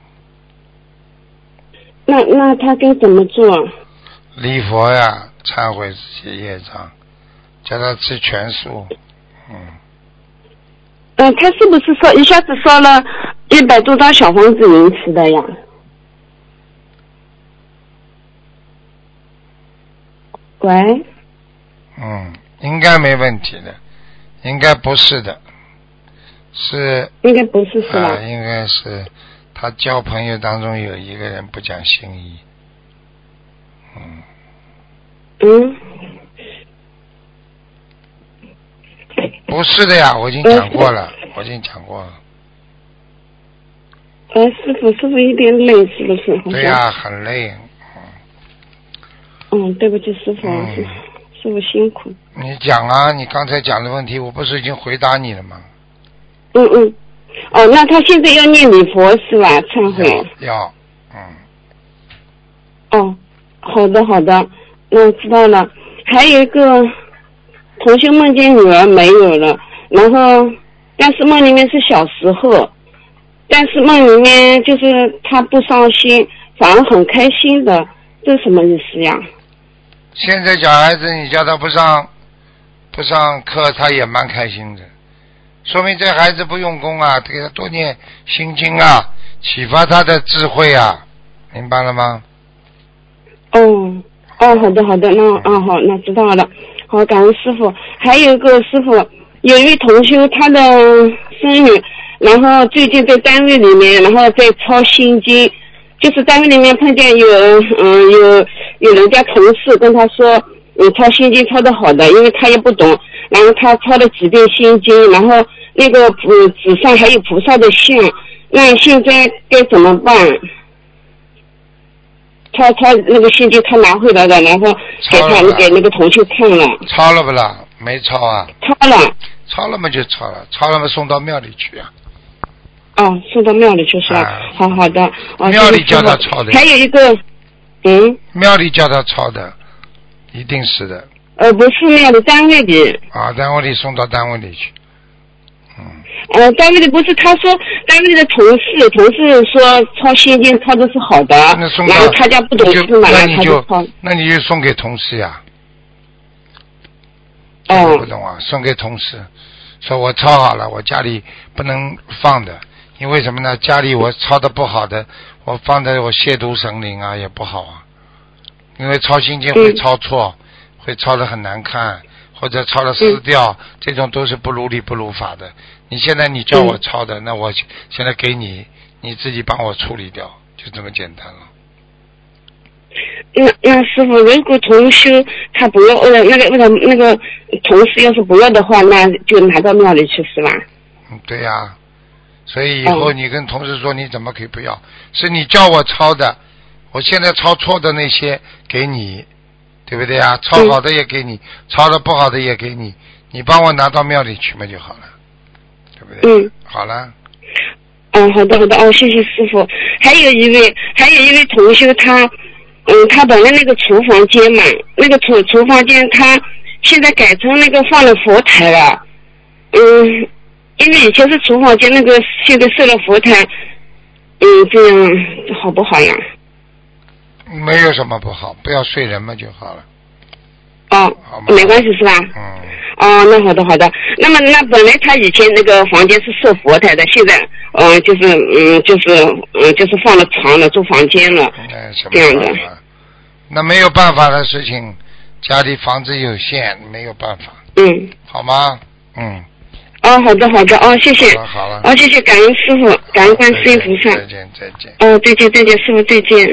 那那他该怎么做？ 礼佛呀，忏悔自己业障，叫他吃全素，嗯。 嗯、呃，他是不是烧一下子烧了一百多张小房子引起的呀？喂。 嗯，应该没问题的，应该不是的，是。 应该不是是吧？ 啊，应该是他交朋友当中有一个人不讲心意，嗯。 嗯。 不是的呀，我已经讲过了，嗯、我已经讲过了。 呃，师傅，师傅有点累，是不是？ 对呀，很累。 嗯，对不起，师傅，嗯、师傅辛苦。 你讲啊，你刚才讲的问题，我不是已经回答你了吗？ 嗯嗯。哦，那他现在要念礼佛是吧？忏悔。 要。要嗯。 哦，好的好的，那知道了。还有一个同学梦见女儿没有了，然后但是梦里面是小时候，但是梦里面就是他不伤心，反而很开心的，这是什么意思呀？ 现在小孩子你叫他不上不上课，他也蛮开心的，说明这孩子不用功啊，给他多念心经啊，启发他的智慧啊，明白了吗？ 哦哦，好的好的，那啊好，那知道了。好，感恩师傅。还有一个师傅，有一位同修他的孙女，然后最近在单位里面，然后在抄心经，就是单位里面碰见有嗯有有人家同事跟他说，你抄心经抄得好的，因为他也不懂，然后他抄了几遍心经，然后那个嗯纸上还有菩萨的像，那现在该怎么办？他他那个心经他拿回来了，然后给他给那个同学看了。 抄了不啦？没抄啊。 抄了。 抄了嘛就抄了，抄了嘛送到庙里去啊。 哦，送到庙里去是吧？啊、好好的。哦、 庙里叫他抄的。 还有一个，嗯。 庙里叫他抄的。 一定是的。 呃，不是庙的，单位里。 啊，单位里送到单位里去。嗯。 呃，单位里不是他说单位里的同事，同事说抄心经抄的是好的，然后他家不懂事嘛，然后他就抄。 那你就送给同事呀。 哦。 不懂啊，送给同事，说我抄好了，我家里不能放的，因为什么呢？家里我抄的不好的，我放在我亵渎神灵啊，也不好啊。因为抄心经会抄错。嗯，会抄得很难看，或者抄了撕掉，嗯，这种都是不如理不如法的。你现在你叫我抄的，嗯，那我现在给你，你自己帮我处理掉，就这么简单了。 那那师傅，如果同修他不要呃那个那个那个同事要是不要的话，那就拿到庙里去是吧？ 嗯，对呀，啊。所以以后你跟同事说你怎么可以不要？嗯，是你叫我抄的，我现在抄错的那些给你。对不对啊？抄好的也给你，嗯，抄的不好的也给你，你帮我拿到庙里去嘛就好了，对不对？ 嗯， 好了。 嗯，好的好的，哦，谢谢师傅。还有一位，还有一位同修，他，嗯，他本来那个厨房间嘛，那个厨厨房间他现在改成那个放了佛台了，嗯，因为以前是厨房间，那个现在设了佛台，嗯，这样好不好呀？ 没有什么不好，不要睡人嘛就好了。 哦，没关系是吧？ 嗯。 哦，那好的好的。那么那本来他以前那个房间是设佛台的，现在嗯、呃、就是嗯就是嗯就是放了床了，做房间了， 嗯，什么这样的。 那没有办法的事情，家里房子有限，没有办法。 嗯。 好吗？嗯。 哦，好的好的，哦，谢谢。 好了好了。 哦，谢谢，感恩师傅，感恩观世音菩萨。 再见再见。 哦，再见再见，师傅再见。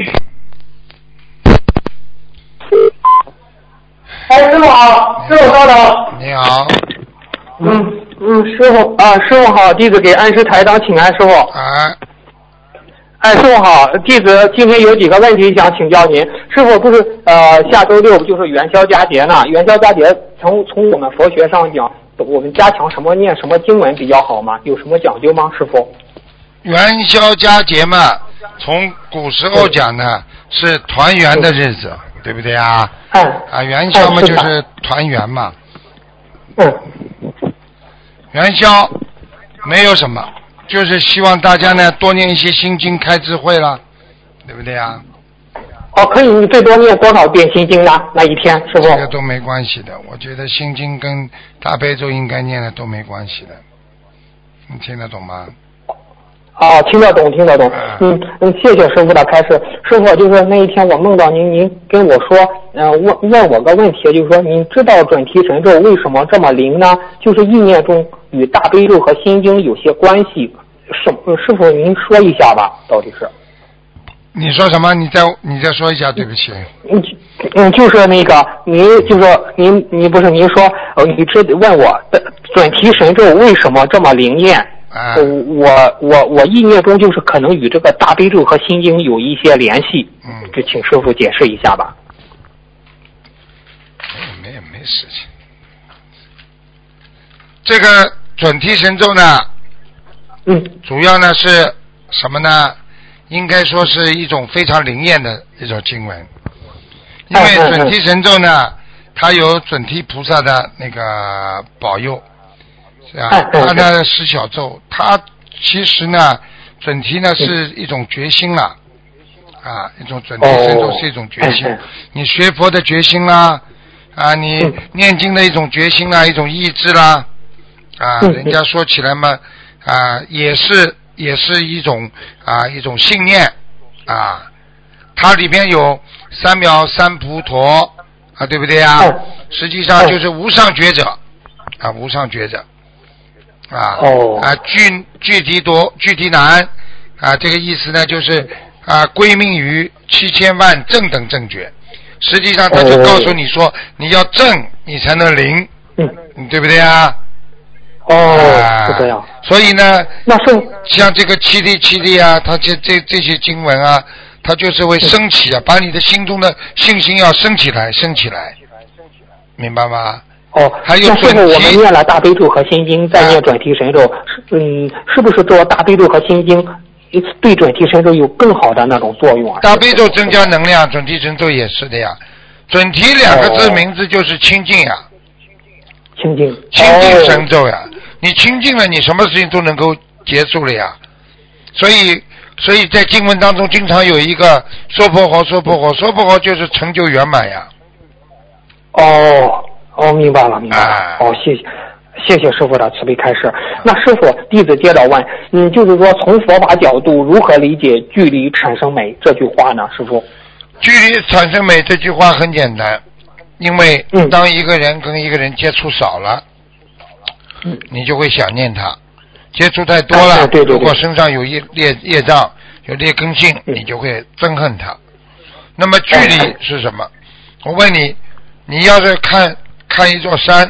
哎，师傅好，师傅稍等。 你好。 嗯嗯，师傅啊，师傅好，弟子给恩师台长请安，师傅。 啊。 哎，师傅好，弟子今天有几个问题想请教您。师傅，不是呃下周六就是元宵佳节呢？元宵佳节从从我们佛学上讲，我们加强什么念什么经文比较好吗？有什么讲究吗？师傅？ 元宵佳节嘛，从古时候讲呢，是团圆的日子。对不对啊？ 嗯。 啊，元宵嘛就是团圆嘛。 嗯。 元宵没有什么，就是希望大家呢多念一些心经，开智慧了，对不对啊？ 哦，可以，你最多念多少遍心经呢？那一天，师傅？ 这个都没关系的，我觉得心经跟大悲咒应该念的都没关系的，你听得懂吗？ 哦，听得懂，听得懂。嗯嗯，谢谢师傅的开示。师傅，就是那一天我梦到您，您跟我说，嗯、呃，问问我个问题，就是说，您知道准提神咒为什么这么灵呢？就是意念中与大悲咒和心经有些关系，是师傅您说一下吧，到底是？ 你说什么？你再你再说一下，对不起。 嗯嗯，就是那个，您就说您您不是您说，呃，你知问我的准提神咒为什么这么灵验？ 啊、 我我我意念中就是可能与这个大悲咒和心经有一些联系， 嗯， 就请师傅解释一下吧。 没有没事情。这个准提神咒呢， 嗯， 主要呢是什么呢？应该说是一种非常灵验的一种经文，因为准提神咒呢，它有准提菩萨的那个保佑。是啊，他呢是小咒，他其实呢，准提呢是一种决心了，啊，一种准提神咒是一种决心，你学佛的决心啦，啊，你念经的一种决心啦，一种意志啦，啊，人家说起来嘛，啊，也是也是一种啊一种信念，啊，它里边有三藐三菩陀，啊，对不对啊？实际上就是无上觉者，啊，无上觉者。啊、oh. 啊，具具体多，具体难啊，这个意思呢，就是啊，归命于七千万正等正觉。实际上，他就告诉你说， oh. 你要正，你才能灵，嗯，对不对啊？ 哦，是这样。 所以呢， 那是像这个七力七力啊，它这这这些经文啊，它就是会升起啊，把你的心中的信心要升起来，升起来，明白吗？ 哦， 还有那师傅，我们念了大悲咒和心经，再念准提神咒，嗯，是不是做大悲咒和心经对准提神咒有更好的那种作用啊？ 大悲咒增加能量，准提神咒也是的呀。 准提两个字名字就是清净呀、啊， 清净， 清净神咒呀、哦，你清净了，你什么事情都能够结束了呀。所以，所以在经文当中经常有一个说破火，说破火，说破火就是成就圆满呀。 哦，哦，明白了，明白了。 啊、 哦，谢谢。谢谢师傅的慈悲开示。那师傅，弟子接着问，嗯，就是说从佛法角度如何理解距离产生美这句话呢？师傅， 距离产生美这句话很简单，因为当一个人跟一个人接触少了，嗯，你就会想念他；接触太多了， 哎、对对对， 如果身上有业业业障、有劣根性，你就会憎恨他。那么距离是什么？哎、我问你，你要是看看一座山。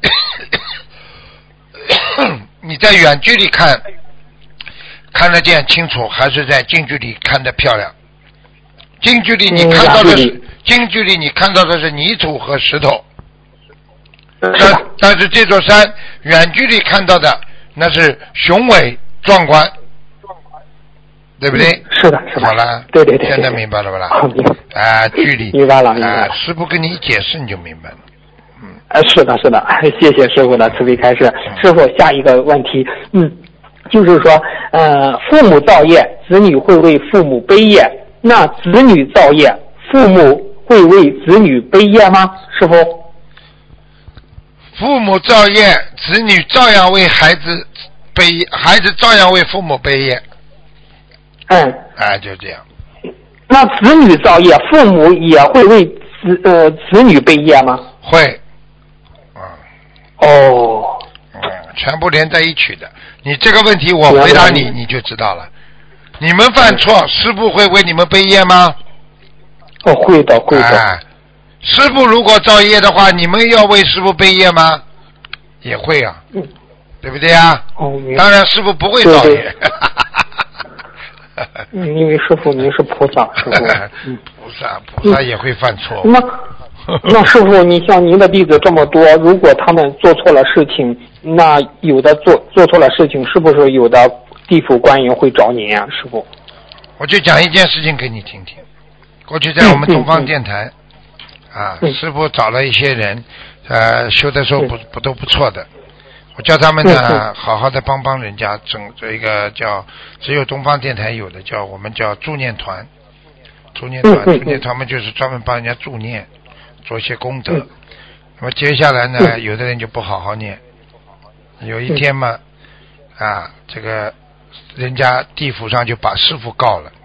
你在远距离看看得见清楚，还是在近距离看得漂亮？近距离你看到的是、嗯、近距离你看到的是泥土和石头，但但是这座山远距离看到的那是雄伟壮观，对不对？ 嗯、是的，是的。 好了， 对对 对, 对， 现在明白了吧啦？ 啊、 呃，距离明白了，明白了。 呃、师父跟你一解释你就明白了。 嗯，是的，是的，谢谢师傅的慈悲开示。师傅，下一个问题，嗯，就是说，呃，父母造业，子女会为父母背业，那子女造业，父母会为子女背业吗？师傅？ 父母造业，子女照样为孩子背，孩子照样为父母背业。 嗯， 哎，就这样。 那子女造业，父母也会为子呃子女背业吗？ 会。 哦， 嗯，全部连在一起的。你这个问题我回答你，你就知道了。你们犯错，师父会为你们背业吗？ 哦，会的，会的。 哎，师父如果造业的话，你们要为师父背业吗？也会啊，嗯、对不对啊？ 哦， 当然，师父不会造业。 对对嗯，因为师父您是菩萨，师父。嗯， 菩萨，菩萨也会犯错。 那。那师傅，你像您的弟子这么多，如果他们做错了事情，那有的做做错了事情，是不是有的地府官员会找您啊？师傅， 我就讲一件事情给你听听。过去在我们东方电台，嗯、啊，嗯、师傅找了一些人，呃，修的时候不不都不错的。我叫他们呢，嗯、好好的帮帮人家，整这一个叫只有东方电台有的，叫我们叫助念团。助念团，助念团们就是专门帮人家助念。做一些功德，嗯、那么接下来呢，嗯、有的人就不好好念，有一天嘛，嗯、啊，这个人家地府上就把师傅告了，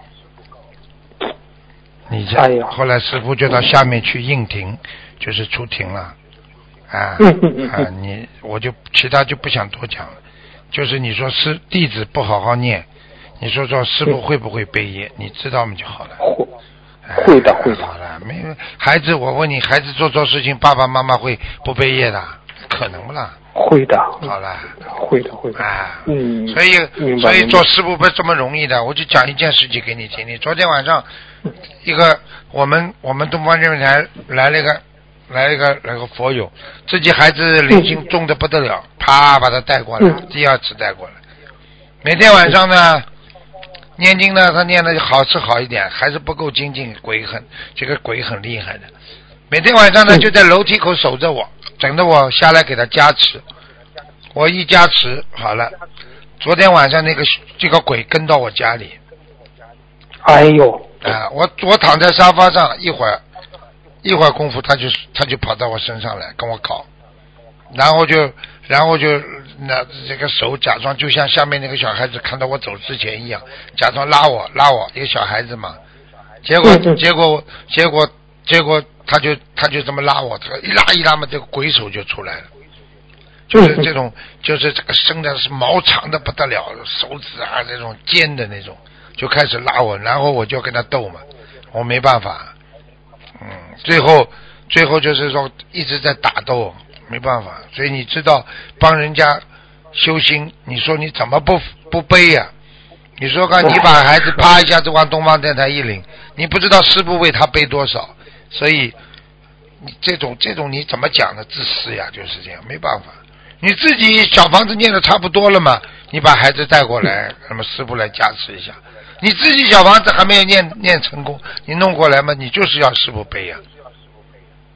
你这，哎、后来师傅就到下面去应庭，就是出庭了，啊， 嗯、 啊，你我就其他就不想多讲了，就是你说师弟子不好好念，你说说师傅会不会背业？你知道吗就好了。 会的，会的。 好了，没有孩子，我问你，孩子做错事情，爸爸妈妈会不背业的？可能不啦？ 会的。 好了， 会的，会的。 啊， 嗯， 所以，所以做师傅不是这么容易的。我就讲一件事情给你听。你昨天晚上，一个我们我们东方电台来了一个来了一个那个佛友，自己孩子灵性重的不得了，啪把他带过来， 嗯、 第二次带过来。每天晚上呢。念经呢，他念的好是好一点，还是不够精进。鬼很，这个鬼很厉害的。每天晚上呢，就在楼梯口守着我，等着我下来给他加持。我一加持好了，昨天晚上那个这个鬼跟到我家里。 哎呦！ 啊，我我躺在沙发上，一会儿一会儿功夫，他就他就跑到我身上来跟我搞，然后就然后就。那这个手假装就像下面那个小孩子看到我走之前一样，假装拉我拉我一个小孩子嘛，结果结果结果结果他就他就这么拉我，他一拉一拉嘛，这个鬼手就出来了，就是这种就是这个生的是毛长的不得了，手指啊这种尖的那种，就开始拉我，然后我就跟他斗嘛，我没办法，嗯，最后最后就是说一直在打斗。没办法，所以你知道帮人家修心，你说你怎么不不背呀、啊？你说看，你把孩子啪一下子往东方电台一领，你不知道师父为他背多少，所以你这种这种你怎么讲呢？自私呀，就是这样，没办法。你自己小房子念的差不多了嘛，你把孩子带过来，那么师父来加持一下。你自己小房子还没有念念成功，你弄过来嘛，你就是要师父背呀、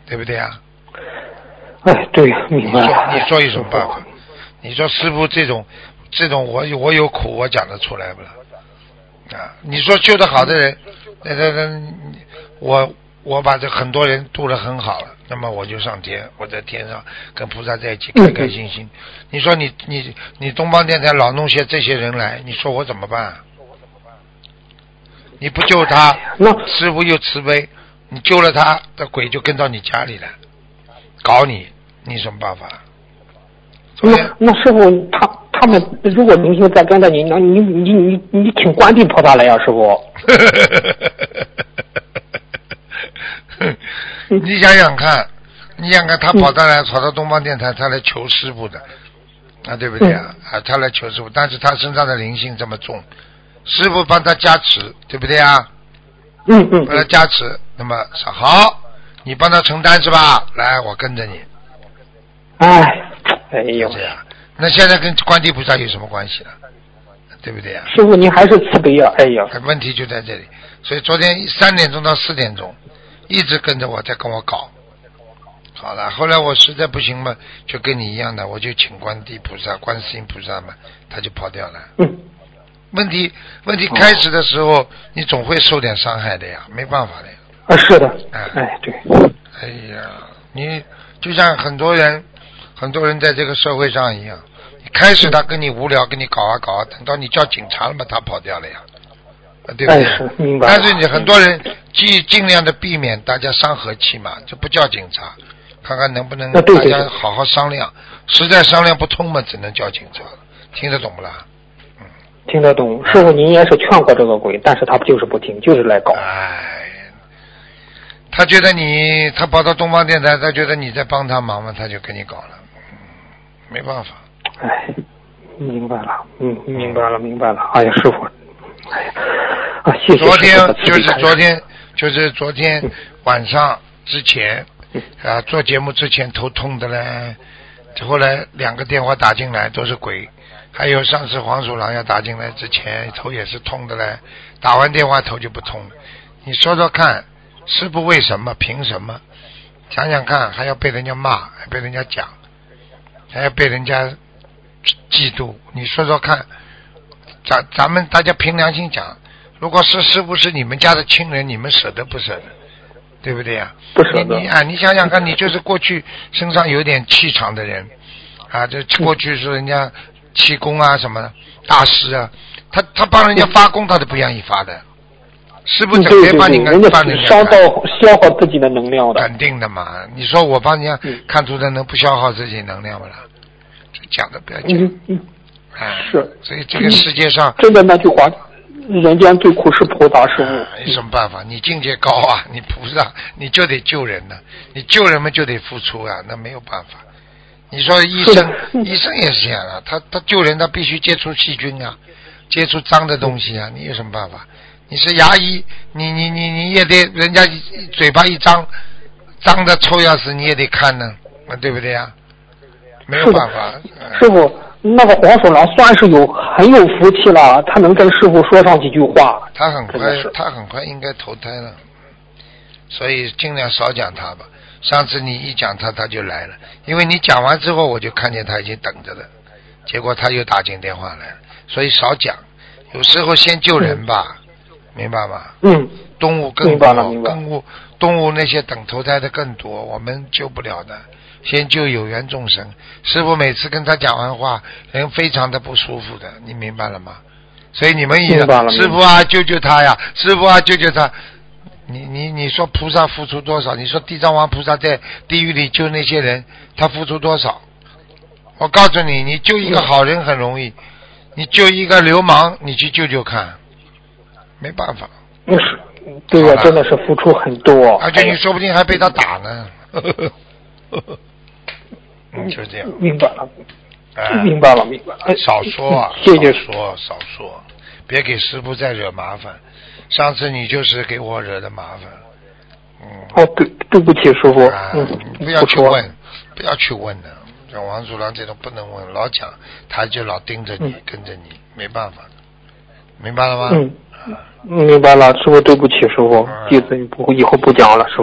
对不对啊？ 哎，对，明白了。 你说你说有什么办法？你说师傅这种这种我我有苦我讲得出来不啦？啊，你说修得好的人，那那那我我把这很多人度得很好了，那么我就上天，我在天上跟菩萨在一起开开心心。你说你你你东方电台老弄些这些人来，你说我怎么办啊？你不救他，师傅又慈悲，你救了他的鬼就跟到你家里来搞你，你有什么办法？ 那那师傅他他们如果灵性再跟着你，那你你你你请观地菩萨来呀、啊，师傅。 你想想看，你想看他跑到来、嗯、跑到东方电台，他来求师傅的啊，对不对啊？嗯、啊，他来求师傅，但是他身上的灵性这么重，师傅帮他加持，对不对啊？ 嗯嗯。 帮他加持，那么好，你帮他承担是吧？来，我跟着你。 哎，哎呦， 这样，那现在跟观地菩萨有什么关系呢？对不对啊？ 师傅，您还是慈悲啊！哎呀， 问题就在这里。所以昨天三点钟到四点钟，一直跟着我在跟我搞。好了，后来我实在不行嘛，就跟你一样的，我就请观地菩萨、观世音菩萨嘛，他就跑掉了。 嗯。 问题问题开始的时候，哦、你总会受点伤害的呀，没办法的呀。 啊，是的。 哎， 哎，对。 哎呀，你就像很多人，很多人在这个社会上一样，你开始他跟你无聊，跟你搞啊搞啊，等到你叫警察了嘛，他跑掉了呀。对不对？ 哎、是明白。 但是你很多人尽尽量的避免大家伤和气嘛，就不叫警察，看看能不能大家好好商量。实在商量不通嘛，只能叫警察。听得懂不啦？ 嗯，听得懂。师傅，您也是劝过这个鬼，但是他就是不听，就是来搞。 哎，他觉得你，他跑到东方电台，他觉得你在帮他忙嘛，他就跟你搞了。嗯，没办法。 哎，明白了，嗯，明白了，明白了。哎呀，师傅。哎呀，啊，谢谢。 昨天就是昨天，就是昨天晚上之前，啊，做节目之前头痛的嘞，后来两个电话打进来都是鬼，还有上次黄鼠狼要打进来之前头也是痛的嘞，打完电话头就不痛了。你说说看，师父为什么？凭什么？想想看，还要被人家骂，还被人家讲，还要被人家嫉妒，你说说看。咱咱们大家凭良心讲，如果是师父是你们家的亲人，你们舍得不舍得？对不对呀、啊？ 不舍得。 你啊，你想想看，你就是过去身上有点气场的人啊，这过去是人家气功啊什么的大师啊，他他帮人家发功，他都不愿意发的。师父整天帮你人家烧到消耗自己的能量的。 肯定的嘛，你说我帮人家看图腾能不消耗自己能量吗？这讲的不要讲。 嗯嗯哎， 是， 所以这个世界上、 嗯、真的那句话，人间最苦是菩萨师父。 有什么办法？你境界高啊，你菩萨你就得救人呢，你救人们就得付出啊，那没有办法。你说医生，医生也是这样啊，他他救人他必须接触细菌啊，接触脏的东西啊，你有什么办法？你是牙医，你你你你也得人家嘴巴一张，脏的臭要死，你也得看呢，对不对呀、啊？没有办法。 师傅。那个黄鼠狼算是有很有福气了，他能跟师傅说上几句话。 他很快，他很快应该投胎了，所以尽量少讲他吧。上次你一讲他，他就来了，因为你讲完之后，我就看见他已经等着了，结果他又打进电话来了，所以少讲。有时候先救人吧，嗯、明白吗？ 嗯。 动物更多，动物动物那些等投胎的更多，我们救不了的。先救有缘众生，师父每次跟他讲完话，人非常的不舒服的，你明白了吗？所以你们也师父啊，救救他呀！师父啊，救救他！你你你说菩萨付出多少？你说地藏王菩萨在地狱里救那些人，他付出多少？我告诉你，你救一个好人很容易，你救一个流氓，你去救救看，没办法。 嗯，对呀、啊，真的是付出很多， 而且你说不定还被他打呢。呵呵呵呵嗯，就这样。 明白了， 哎、 明白了，明白了。 少说啊， 谢谢少说，少说，别给师父再惹麻烦。上次你就是给我惹的麻烦。嗯。 哦，对，对不起，师父。 啊、 嗯， 不要去问，不要去问的。像王祖郎这种不能问，老讲他就老盯着你，嗯、跟着你，没办法。明白了吗？ 嗯。明白了，师父，对不起，师父，弟子不以后不讲了，师父。 嗯。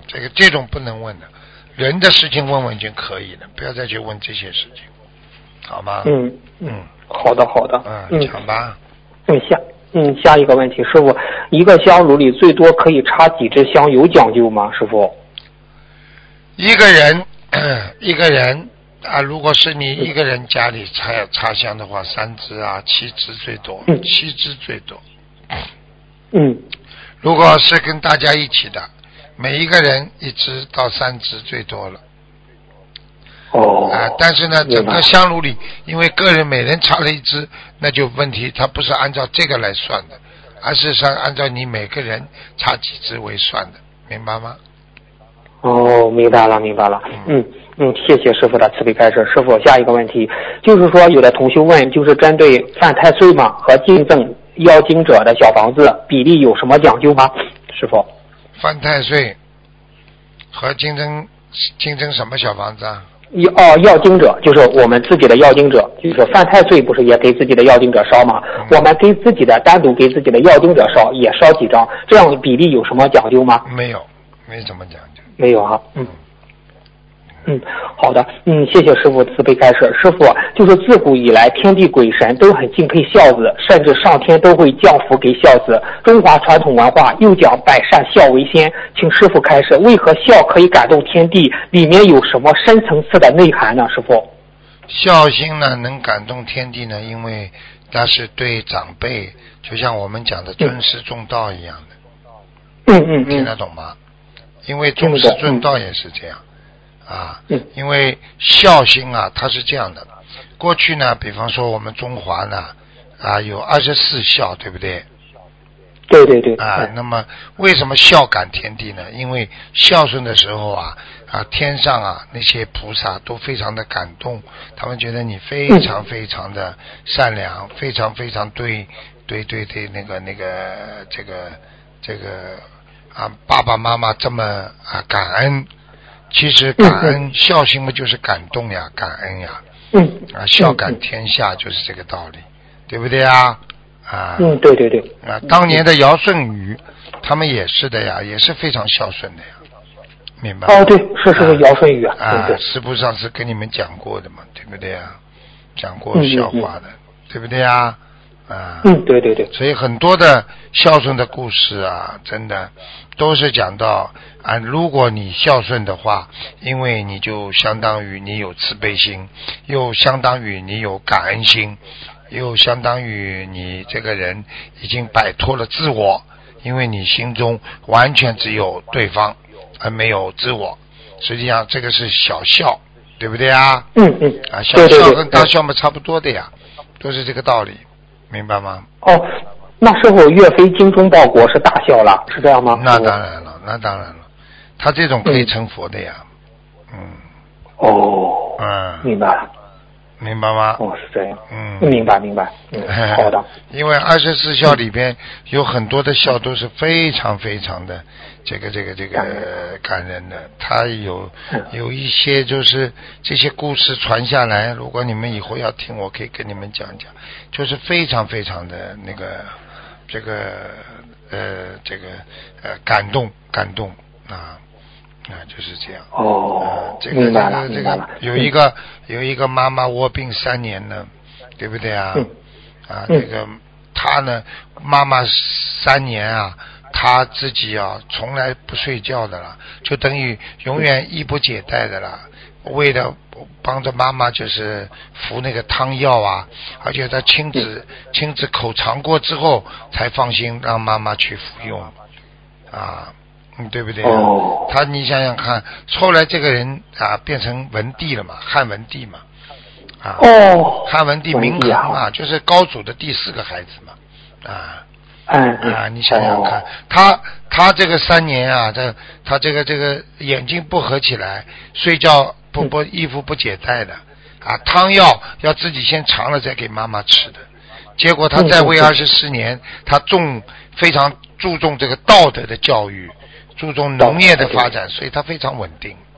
这个这种不能问的，人的事情问问就可以了，不要再去问这些事情，好吗？ 嗯嗯，好的好的。 嗯，讲吧。 嗯，下嗯下一个问题，师傅，一个香炉里最多可以插几支香，有讲究吗？师傅？ 一个人一个人啊，如果是你一个人家里插插香的话，三支啊，七支最多， 嗯、 七支最多。 嗯。 如果是跟大家一起的，每一个人一支到三支最多了。 哦。 啊，但是呢，整个香炉里，因为个人每人插了一支，那就问题，它不是按照这个来算的，而是是按照你每个人插几支为算的，明白吗？ 哦，明白了，明白了。嗯嗯，谢谢师傅的慈悲开示。师傅，下一个问题就是说，有的同学问，就是针对犯太岁嘛和竞争要经者的小房子比例有什么讲究吗？师傅？ 犯太岁和竞争竞争什么小房子啊？ 要哦，要经者就是我们自己的要经者，就是犯太岁不是也给自己的要经者烧吗？嗯、我们给自己的单独给自己的要经者烧也烧几张，这样比例有什么讲究吗？ 没有，没什么讲究。 没有哈、啊，嗯。嗯，好的，嗯，谢谢师傅慈悲开示。师傅，就是自古以来，天地鬼神都很敬佩孝子，甚至上天都会降福给孝子。中华传统文化又讲百善孝为先，请师傅开示，为何孝可以感动天地？里面有什么深层次的内涵呢？师傅， 孝心呢能感动天地呢，因为那是对长辈，就像我们讲的尊师重道一样的。 嗯嗯嗯， 听得懂吗？因为尊师重道也是这样。啊，因为孝心啊，它是这样的。过去呢，比方说我们中华呢，啊有二十四孝，对不对？ 对对对。 啊，那么为什么孝感天地呢？因为孝顺的时候啊，啊天上啊那些菩萨都非常的感动，他们觉得你非常非常的善良，非常非常对对对对那个那个这个这个啊爸爸妈妈这么啊感恩。其实感恩、嗯、孝心嘛，就是感动呀，感恩呀， 嗯啊，孝感天下就是这个道理，对不对啊？啊， 嗯，对对对， 啊，当年的尧舜禹，他们也是的呀，也是非常孝顺的呀，明白吗？ 哦，对，是是是尧舜禹啊， 啊， 对， 师父上次跟你们讲过的嘛，对不对啊？讲过笑话的，嗯嗯嗯对不对啊？啊， 嗯，对对对， 所以很多的孝顺的故事啊，真的都是讲到啊，如果你孝顺的话，因为你就相当于你有慈悲心，又相当于你有感恩心，又相当于你这个人已经摆脱了自我，因为你心中完全只有对方，而没有自我。实际上这个是小孝，对不对啊？ 嗯嗯， 啊，小孝跟大孝嘛差不多的呀，都是这个道理。明白吗？ 哦，那时候岳飞精忠报国是大孝了，是这样吗？ 那当然了，那当然了，他这种可以成佛的呀。嗯。 哦。 嗯。 明白了。 明白吗？ 哦，是这样。 嗯。 明白明白。嗯，好的。 因为二十四孝里边有很多的孝都是非常非常的这个这个这个感人的，他有有一些就是这些故事传下来，如果你们以后要听，我可以跟你们讲讲，就是非常非常的那个这个呃这个呃感动感动啊啊就是这样。 哦， 呃、这个明白了这个明白了。 有一个、嗯、有一个妈妈卧病三年呢，对不对啊？ 嗯、 啊，这个她呢，妈妈三年啊。他自己啊，从来不睡觉的了，就等于永远衣不解带的了。为了帮着妈妈，就是服那个汤药啊，而且他亲自亲自口尝过之后，才放心让妈妈去服用啊，嗯，对不对、啊哦、 他你想想看，后来这个人啊变成文帝了嘛，汉文帝嘛，啊， 哦， 汉文帝明恒啊，就是高祖的第四个孩子嘛，啊。 嗯啊，你想想看，哦、他他这个三年啊，这他这个这个眼睛不合起来，睡觉不不衣服不解带的，啊，汤药要自己先尝了再给妈妈吃的，结果他在位二十四年，他重非常注重这个道德的教育，注重农业的发展，所以他非常稳定。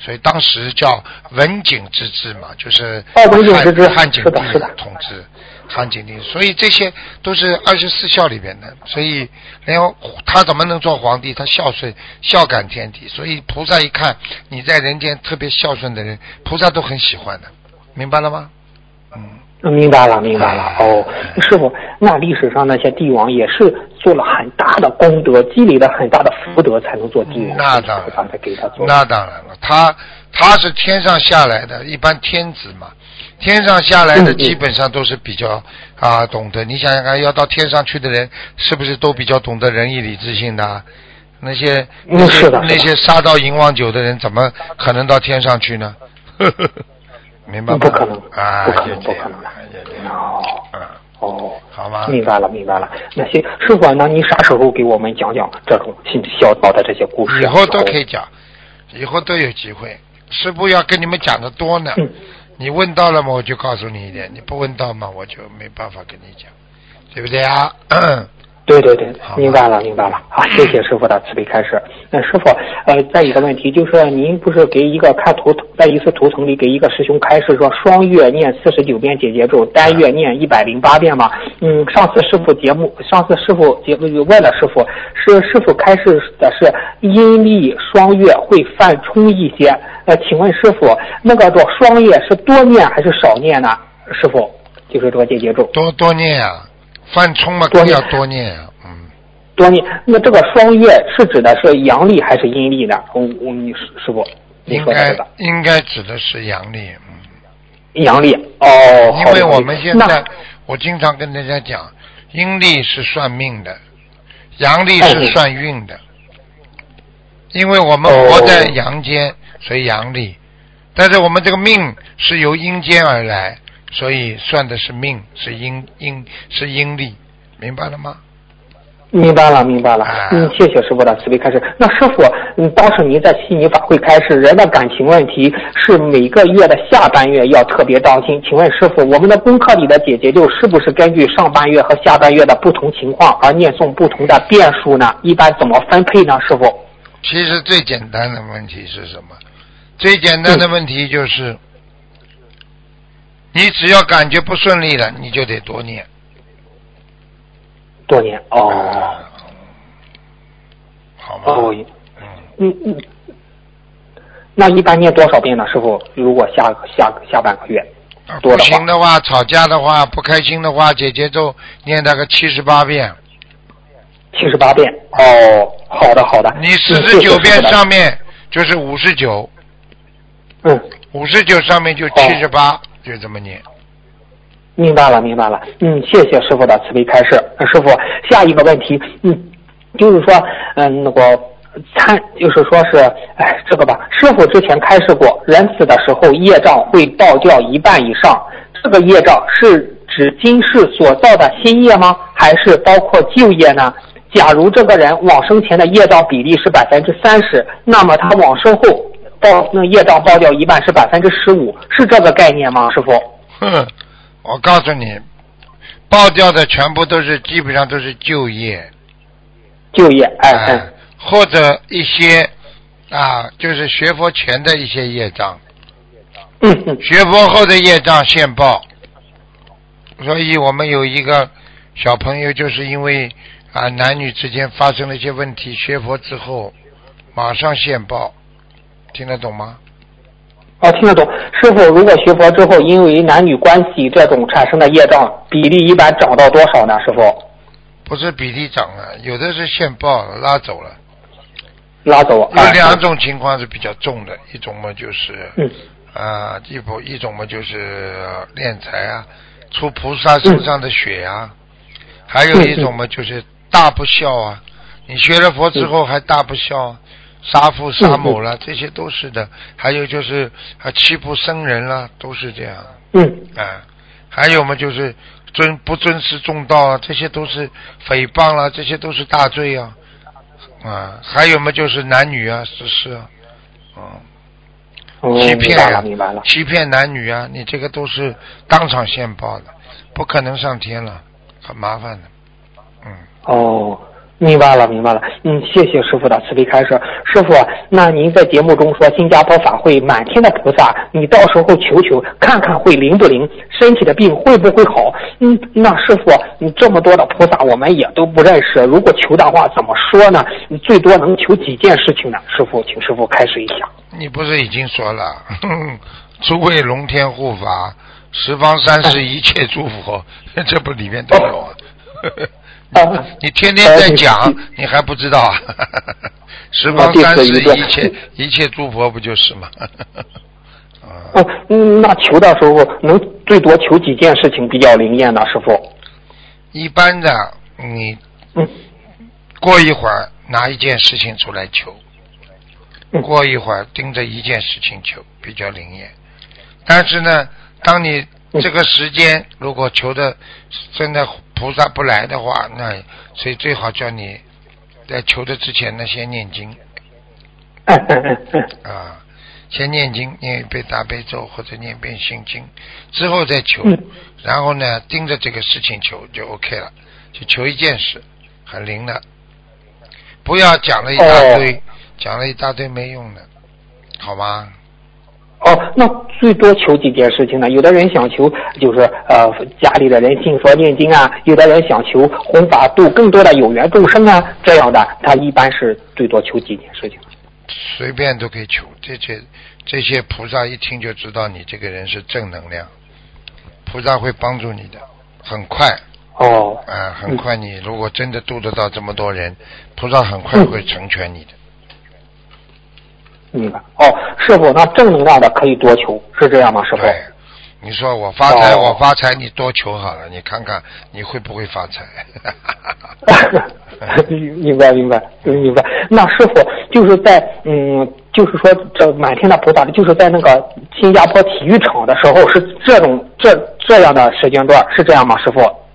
所以当时叫文景之治嘛，就是哦文景之治汉景帝是的统治，汉景帝，所以这些都是二十四孝里边的，所以连他怎么能做皇帝？他孝顺，孝感天地，所以菩萨一看你在人间特别孝顺的人，菩萨都很喜欢的，明白了吗？嗯。 明白了，明白了。哦，师傅，那历史上那些帝王也是做了很大的功德，积累了很大的福德，才能做帝王。 那当然， 才给他做。 那当然了，他他是天上下来的，一般天子嘛，天上下来的基本上都是比较啊懂得。你想想看，要到天上去的人，是不是都比较懂得仁义礼智信的？那些那些那些杀到淫妄酒的人，怎么可能到天上去呢？明白吗？ 不可能啊， 不可能，不可能的。 哦， 哦， 好吗？ 明白了，明白了。那行，师傅，那你啥时候给我们讲讲这种孝道的这些故事？ 以后都可以讲，以后都有机会。师傅要跟你们讲的多呢。 嗯、 你问到了嘛，我就告诉你一点；你不问到嘛，我就没办法跟你讲，对不对啊？ 对对对，明白了明白了。好，谢谢师傅的慈悲开示。那师傅，呃，再一个问题就是，您不是给一个看图，在一次图腾里给一个师兄开示说，双月念四十九遍解结咒，单月念一百零八遍嘛？嗯，上次师傅节目，上次师傅节目问了师傅，是师傅开示的是阴历双月会犯冲一些。呃，请问师傅，那个做双月是多念还是少念呢？师傅，就是这个解结咒。 多多念啊。犯冲嘛，更要多念啊，嗯， 多念。那这个双月是指的是阳历还是阴历呢？我我你师傅，你说的这个应该指的是阳历， 嗯，阳历哦。 因为我们现在，我经常跟大家讲，阴历是算命的，阳历是算运的，因为我们活在阳间，所以阳历，但是我们这个命是由阴间而来。所以算的是命，是阴阴是阴历，明白了吗？ 明白了，明白了。啊、嗯，谢谢师傅的慈悲开示。那师傅，嗯，当时您在悉尼法会开示，人的感情问题是每个月的下半月要特别当心。请问师傅，我们的功课里的解结咒是不是根据上半月和下半月的不同情况而念诵不同的遍数呢？一般怎么分配呢？师傅？ 其实最简单的问题是什么？最简单的问题就是。嗯，你只要感觉不顺利了，你就得多念。 多念哦， 好吗？ 哦，嗯嗯，那一般念多少遍呢？师傅，如果下下下半个月多的话，不行的话，吵架的话，不开心的话，姐姐就念大概七十八遍。 七十八遍哦，好的好的。 你四十九遍上面就是五十九， 嗯， 五十九上面就七十八。就这么念， 明白了，明白了。嗯，谢谢师傅的慈悲开示。师傅，下一个问题，嗯，就是说，嗯，那个参，就是说是，哎，这个吧，师傅之前开示过，人死的时候业障会爆掉一半以上，这个业障是指今世所造的新业吗？还是包括旧业呢？假如这个人往生前的业障比例是百分之三十，那么他往生后。爆那业障爆掉一半是百分之十五，是这个概念吗，师傅？ 哼，我告诉你，爆掉的全部都是基本上都是旧业， 旧业，哎哎、呃，或者一些啊，就是学佛前的一些业障， 嗯嗯， 学佛后的业障现报。所以我们有一个小朋友，就是因为啊男女之间发生了一些问题，学佛之后马上现报。听得懂吗？ 哦，听得懂。师傅，如果学佛之后，因为男女关系这种产生的业障比例一般涨到多少呢？师傅？ 不是比例涨了，有的是现报了，拉走了。 拉走。 有两种情况是比较重的，一种嘛就是， 嗯， 啊，一不一种嘛就是敛财啊，出菩萨身上的血啊，嗯、还有一种嘛就是大不孝啊，你学了佛之后还大不孝、啊。杀父杀母了、嗯，这些都是的。还有就是啊，欺负僧人了，都是这样。 嗯。 啊，还有嘛，就是尊不尊师重道啊，这些都是诽谤了，这些都是大罪啊。啊，还有嘛，就是男女啊，是是啊，嗯， 哦、 欺骗啊，明白了， 欺骗男女啊，你这个都是当场现报的，不可能上天了，很麻烦的。嗯。 哦。 明白了，明白了。嗯，谢谢师傅的慈悲开示。师傅，那您在节目中说新加坡法会满天的菩萨，你到时候求求看看会灵不灵，身体的病会不会好？嗯，那师傅，你这么多的菩萨我们也都不认识，如果求的话怎么说呢？你最多能求几件事情呢？师傅，请师傅开示一下。 你不是已经说了，呵呵诸位龙天护法，十方三世一切诸佛，这不里面都有啊。呵呵啊， 你天天在讲，呃、你还不知道啊？十方三世一切一切诸佛不就是吗？ 哦、嗯，那求的时候能最多求几件事情比较灵验呢？师傅？ 一般的，你过一会儿拿一件事情出来求，嗯、过一会儿盯着一件事情求，比较灵验。但是呢，当你这个时间如果求的真的菩萨不来的话，那所以最好叫你在求的之前呢先念经啊，先念经，念一遍大悲咒或者念一遍心经之后再求，然后呢盯着这个事情求就 OK 了，就求一件事很灵的，不要讲了一大堆、哦、讲了一大堆没用的，好吗？ 哦，那最多求几件事情呢？有的人想求就是呃家里的人信佛念经啊，有的人想求弘法度更多的有缘众生啊，这样的他一般是最多求几件事情？ 随便都可以求，这些这些菩萨一听就知道你这个人是正能量，菩萨会帮助你的，很快哦， 啊、呃，很快你如果真的度得到这么多人，菩萨很快会成全你的。 明白哦，师傅，那正能量的可以多求，是这样吗？师傅？ 对，你说我发财，哦、我发财，你多求好了，你看看你会不会发财？ 明白，明白，明白。那师傅就是在嗯，就是说这满天的菩萨，就是在那个新加坡体育场的时候，是这种这这样的时间段，是这样吗？师傅？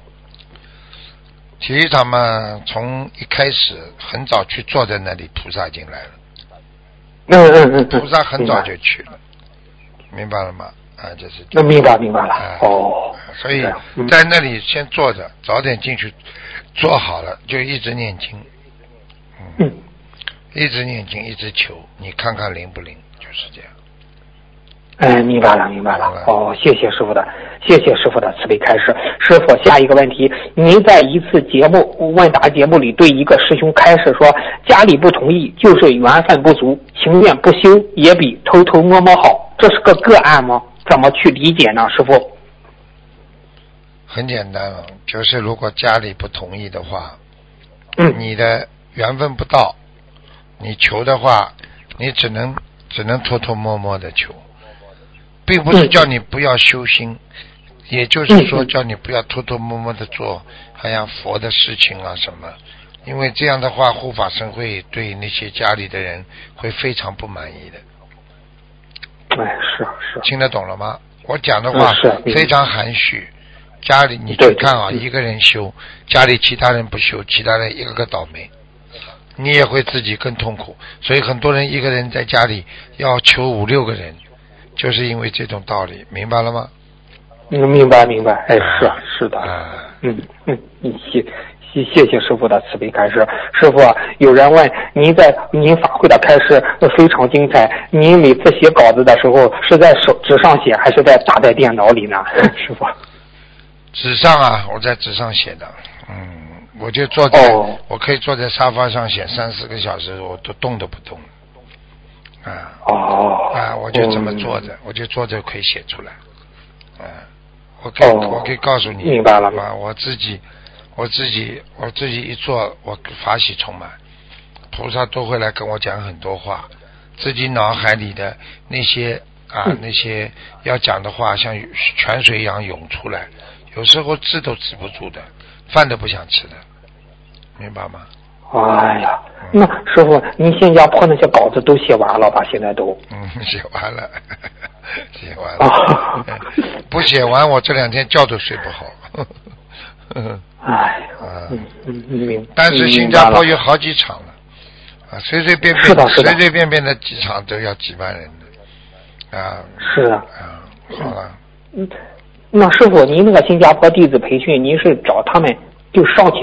体育场嘛，从一开始很早去坐在那里，菩萨进来了。 嗯嗯嗯， 菩萨很早就去了，明白了吗？啊，这是那明白明白了、啊、哦。 所以在那里先坐着，早点进去，坐好了就一直念经，嗯， 嗯一直念经，一直求，你看看灵不灵，就是这样。 哎，明白了，明白了。哦，谢谢师傅的，谢谢师傅的慈悲开示。师傅，下一个问题，您在一次节目问答节目里对一个师兄开示说，家里不同意就是缘分不足，情愿不修也比偷偷摸摸好，这是个个案吗？怎么去理解呢？师傅？ 很简单了，就是如果家里不同意的话， 嗯， 你的缘分不到，你求的话，你只能只能偷偷摸摸的求。并不是叫你不要修心、嗯、也就是说叫你不要偷偷摸摸的做好像佛的事情啊什么，因为这样的话护法神会对那些家里的人会非常不满意的。 哎，是是， 听得懂了吗？我讲的话非常含蓄，家里你去看啊，一个人修，家里其他人不修，其他人一个个倒霉，你也会自己更痛苦。所以很多人一个人在家里要求五六个人，就是因为这种道理，明白了吗？ 嗯，明白明白，哎，是是的，啊、嗯嗯，谢谢谢谢师傅的慈悲开示。师傅，有人问您在您法会的开示非常精彩，您每次写稿子的时候是在手纸上写，还是在打在电脑里呢？师傅？ 纸上啊，我在纸上写的，嗯，我就坐在，哦、我可以坐在沙发上写三四个小时，我都动都不动。啊哦啊！我就这么坐着，嗯、我就坐着可以写出来。啊，我可以、哦、我可以告诉你， 明白了啊，我自己，我自己，我自己一坐，我法喜充满，菩萨都会来跟我讲很多话，自己脑海里的那些啊、嗯、那些要讲的话，像泉水一样涌出来，有时候止都止不住的，饭都不想吃的，明白吗？ 哎呀，那师傅，您新加坡那些稿子都写完了吧？现在都嗯，写完了，写完了。哦、不写完，我这两天觉都睡不好。 哎，嗯嗯明。 但是新加坡有好几场了，啊，随随便便，随随便便的几场都要几万人的，啊。 是啊。 啊，好了。 嗯，那师傅，您那个新加坡弟子培训，您是找他们就上去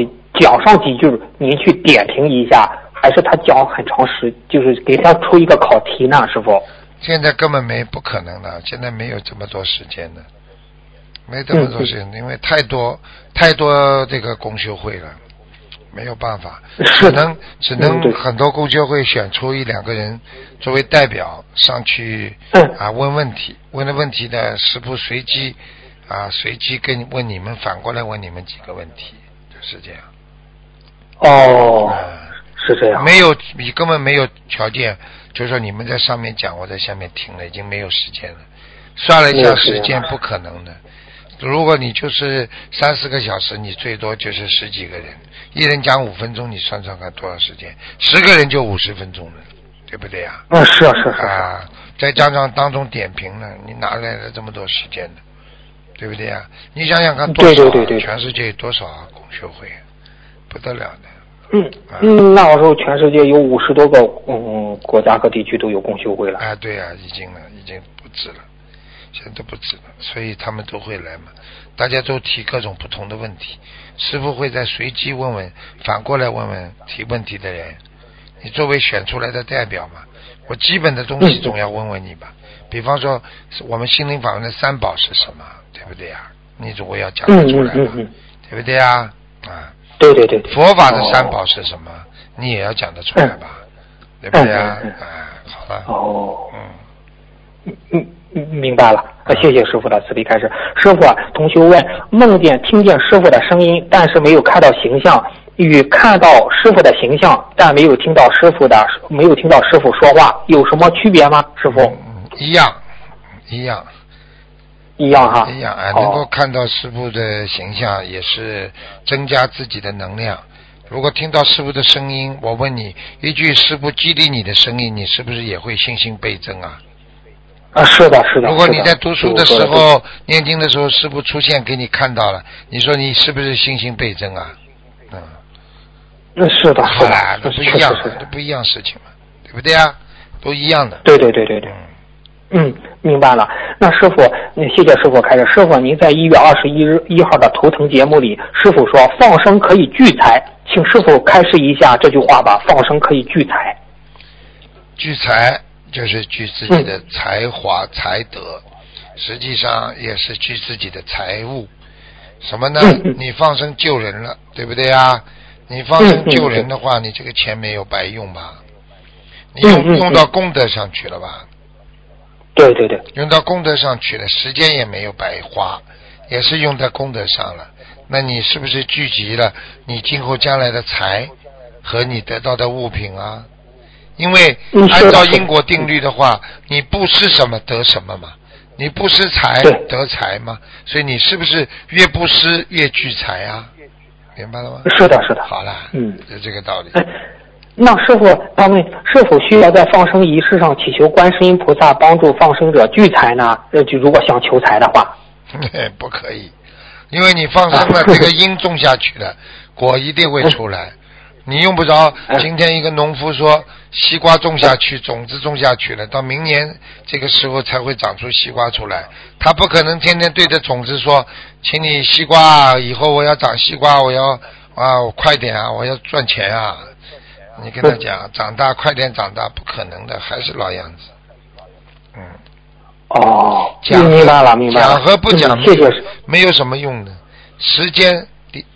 讲上几句，您去点评一下，还是他讲很长时，就是给他出一个考题呢？师傅？ 现在根本没不可能了，现在没有这么多时间的，没这么多时间， 嗯、 因为太多太多这个公修会了。没有办法，只能只能很多公修会选出一两个人作为代表上去啊问问题，问的问题呢师父随机啊随机跟问你们，反过来问你们几个问题，就是这样。 哦，啊、是这样。 没有，你根本没有条件，就是说你们在上面讲，我在下面听了，已经没有时间了。算了一下时间，不可能的。如果你就是三四个小时，你最多就是十几个人，一人讲五分钟，你算算看多少时间？十个人就五十分钟了，对不对呀？ 嗯，是啊，是啊， 啊，再加上当中点评了，你哪来了这么多时间呢？对不对呀？你想想看多少、啊？ 对对对对， 全世界有多少啊？公修会，不得了的。 嗯、啊、嗯，那时候全世界有五十多个嗯国家和地区都有公修会了。 啊，对啊，已经了，已经不止了。现在都不止了，所以他们都会来嘛，大家都提各种不同的问题，师父会在随机问问，反过来问问提问题的人，你作为选出来的代表嘛，我基本的东西总要问问你吧，比方说我们心灵法门的三宝是什么，对不对呀？你总归要讲得出来吧，对不对呀？啊， 对对对， 佛法的三宝是什么，你也要讲得出来吧，对不对呀？啊，好了， 哦，嗯嗯。明白了，谢谢师傅的慈悲开示。师傅啊，同学问：梦见听见师傅的声音，但是没有看到形象，与看到师傅的形象，但没有听到师傅的，没有听到师傅说话，有什么区别吗？师傅？ 嗯、一样，一样， 一样哈， 一样啊！能够看到师傅的形象，也是增加自己的能量。如果听到师傅的声音，我问你一句师傅激励你的声音，你是不是也会信心倍增啊？ 啊，是的，是的。 如果你在读书的时候、念经的时候，师父出现给你看到了，你说你是不是信心倍增啊？嗯， 那是的， 好啦，这不一样，这不一样事情嘛，对不对啊？都一样的。 对对对对对。嗯，明白了。那师傅，谢谢师傅开始。师傅，您在一月二十一日一号的图腾节目里，师傅说放生可以聚财，请师傅开示一下这句话吧。放生可以聚财。 聚财。就是聚自己的才华、才德，实际上也是聚自己的财物。什么呢？你放生救人了，对不对啊？你放生救人的话，你这个钱没有白用吧？你用用到功德上去了吧？ 对对对， 用到功德上去了，时间也没有白花，也是用在功德上了。那你是不是聚集了你今后将来的财和你得到的物品啊？因为按照因果定律的话，你布施什么得什么嘛，你布施财得财嘛，所以你是不是越布施越聚财啊？明白了吗？ 是的，是的。 好了， 嗯， 就这个道理。 哎，那师傅，他们是否需要在放生仪式上祈求观世音菩萨帮助放生者聚财呢？就如果想求财的话， 不可以，因为你放生了，这个因种下去了，果一定会出来。你用不着今天一个农夫说西瓜种下去，种子种下去了，到明年这个时候才会长出西瓜出来，他不可能天天对着种子说请你西瓜以后我要长西瓜，我要啊快点啊，我要赚钱啊，你跟他讲长大快点长大，不可能的，还是老样子。嗯， 哦， 讲明白了明白了， 讲和不讲谢谢， 没有什么用的，时间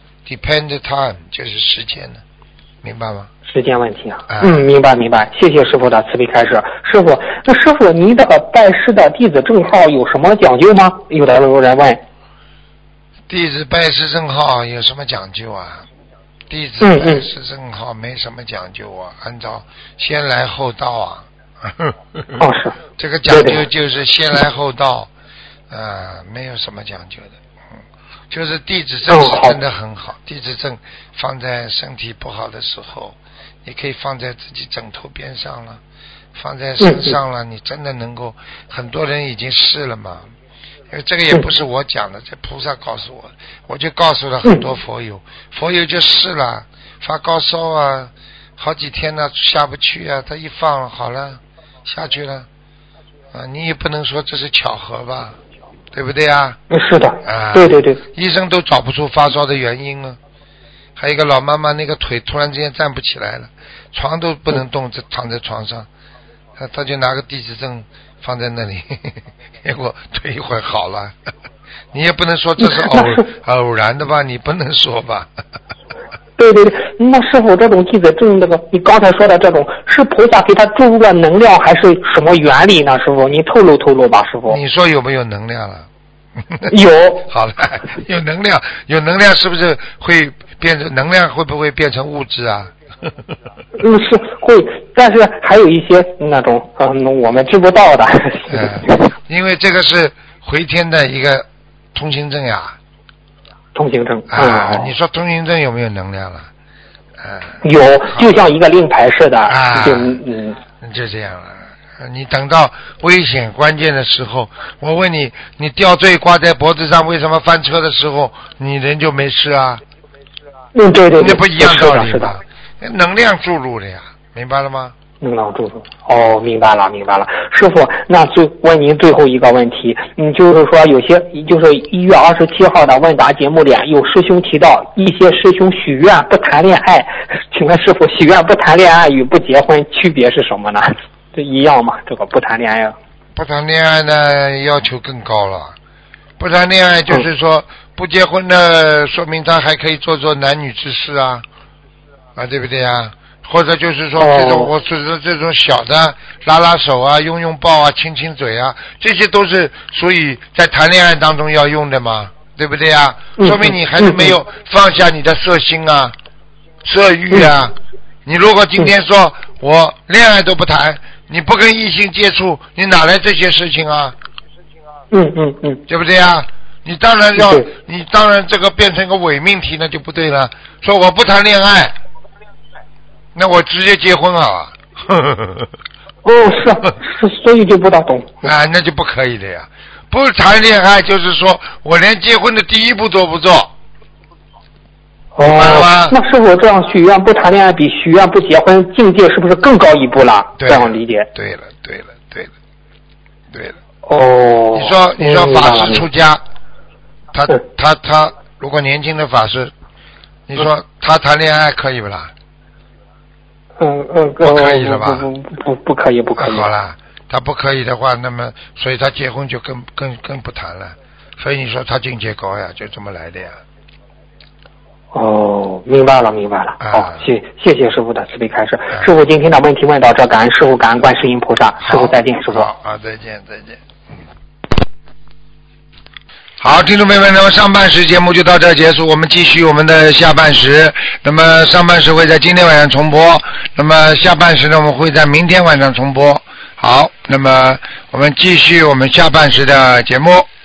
depend time 就是时间的，明白吗？ 时间问题啊， 啊嗯，明白明白，谢谢师傅的慈悲开示。师傅，那师傅您的拜师的弟子证号有什么讲究吗？有的有人问。 弟子拜师证号有什么讲究啊？弟子拜师证号没什么讲究啊，嗯嗯按照先来后到啊。 哦是。 这个讲究就是先来后到，啊、呃，没有什么讲究的。嗯，就是弟子证是真的很好，弟子证放在身体不好的时候，你可以放在自己枕头边上了，放在身上了，你真的能够，很多人已经试了嘛。因为这个也不是我讲的，这菩萨告诉我，我就告诉了很多佛友，佛友就试了，发高烧啊，好几天呢下不去啊，他一放好了，下去了，啊，你也不能说这是巧合吧，对不对啊？ 是的，啊，对对对， 医生都找不出发烧的原因啊， 还有一个老妈妈，那个腿突然之间站不起来了，床都不能动，就躺在床上，他他就拿个地址证放在那里，结果腿一会儿好了。你也不能说这是偶偶然的吧？你不能说吧？ 对对对，那师傅这种地址证，那个你刚才说的这种，是菩萨给他注入了能量，还是什么原理呢？师傅，你透露透露吧，师傅。 你说有没有能量了？ 有。 好了，有能量，有能量是不是会变成能量？会不会变成物质啊？ 嗯，是会，但是还有一些那种嗯我们知不到的。 嗯，因为这个是回天的一个通行证呀。 通行证啊、 嗯， 你说通行证有没有能量了？啊、 有，就像一个令牌似的。 啊， 就嗯， 就这样了。你等到危险关键的时候，我问你，你吊坠挂在脖子上，为什么翻车的时候你人就没事啊？ 嗯，对对对， 那不一样道理是的， 吗？能量注入的呀，明白了吗？ 能量注入。哦，明白了，明白了。师傅，那最问您最后一个问题，嗯，就是说有些，就是一月二十七号的问答节目里，有师兄提到一些师兄许愿不谈恋爱，请问师傅，许愿不谈恋爱与不结婚区别是什么呢？这一样吗？这个不谈恋爱， 不谈恋爱呢，要求更高了。不谈恋爱就是说、嗯、不结婚呢，说明他还可以做做男女之事啊，啊，对不对啊？或者就是说这种、哦、我指的这种小的拉拉手啊、拥拥抱啊、亲亲嘴啊，这些都是属于在谈恋爱当中要用的嘛，对不对啊？ 嗯、 说明你还是没有放下你的色心啊、色欲啊。嗯、你如果今天说我恋爱都不谈，你不跟异性接触，你哪来这些事情啊？ 嗯嗯嗯， 对不对啊？你当然要，你当然这个变成一个伪命题那就不对了。说我不谈恋爱。那我直接结婚啊！ 哦，是是，所以就不大懂啊，那就不可以的呀。不谈恋爱就是说我连结婚的第一步都不做。 哦，那师傅这样许愿不谈恋爱比许愿不结婚境界是不是更高一步了？这样理解？ 对了，对了，对了，对了。 哦。 你说，你说法师出家，他他他，如果年轻的法师，你说他谈恋爱可以不啦？ 嗯嗯， 不可以了吧？ 不不不不可以，不可以。 好了，他不可以的话，那么所以他结婚就更更更不谈了。所以你说他境界高呀，就这么来的呀。 哦，明白了，明白了。 啊、 好，谢谢谢师傅的慈悲开示。啊、师傅今天的问题问到这，感恩师傅，感恩观世音菩萨。师傅再见，师傅。 好啊，再见再见。好，听众朋友们，那么上半时节目就到这结束，我们继续我们的下半时。那么上半时会在今天晚上重播，那么下半时呢，我们会在明天晚上重播。好，那么我们继续我们下半时的节目。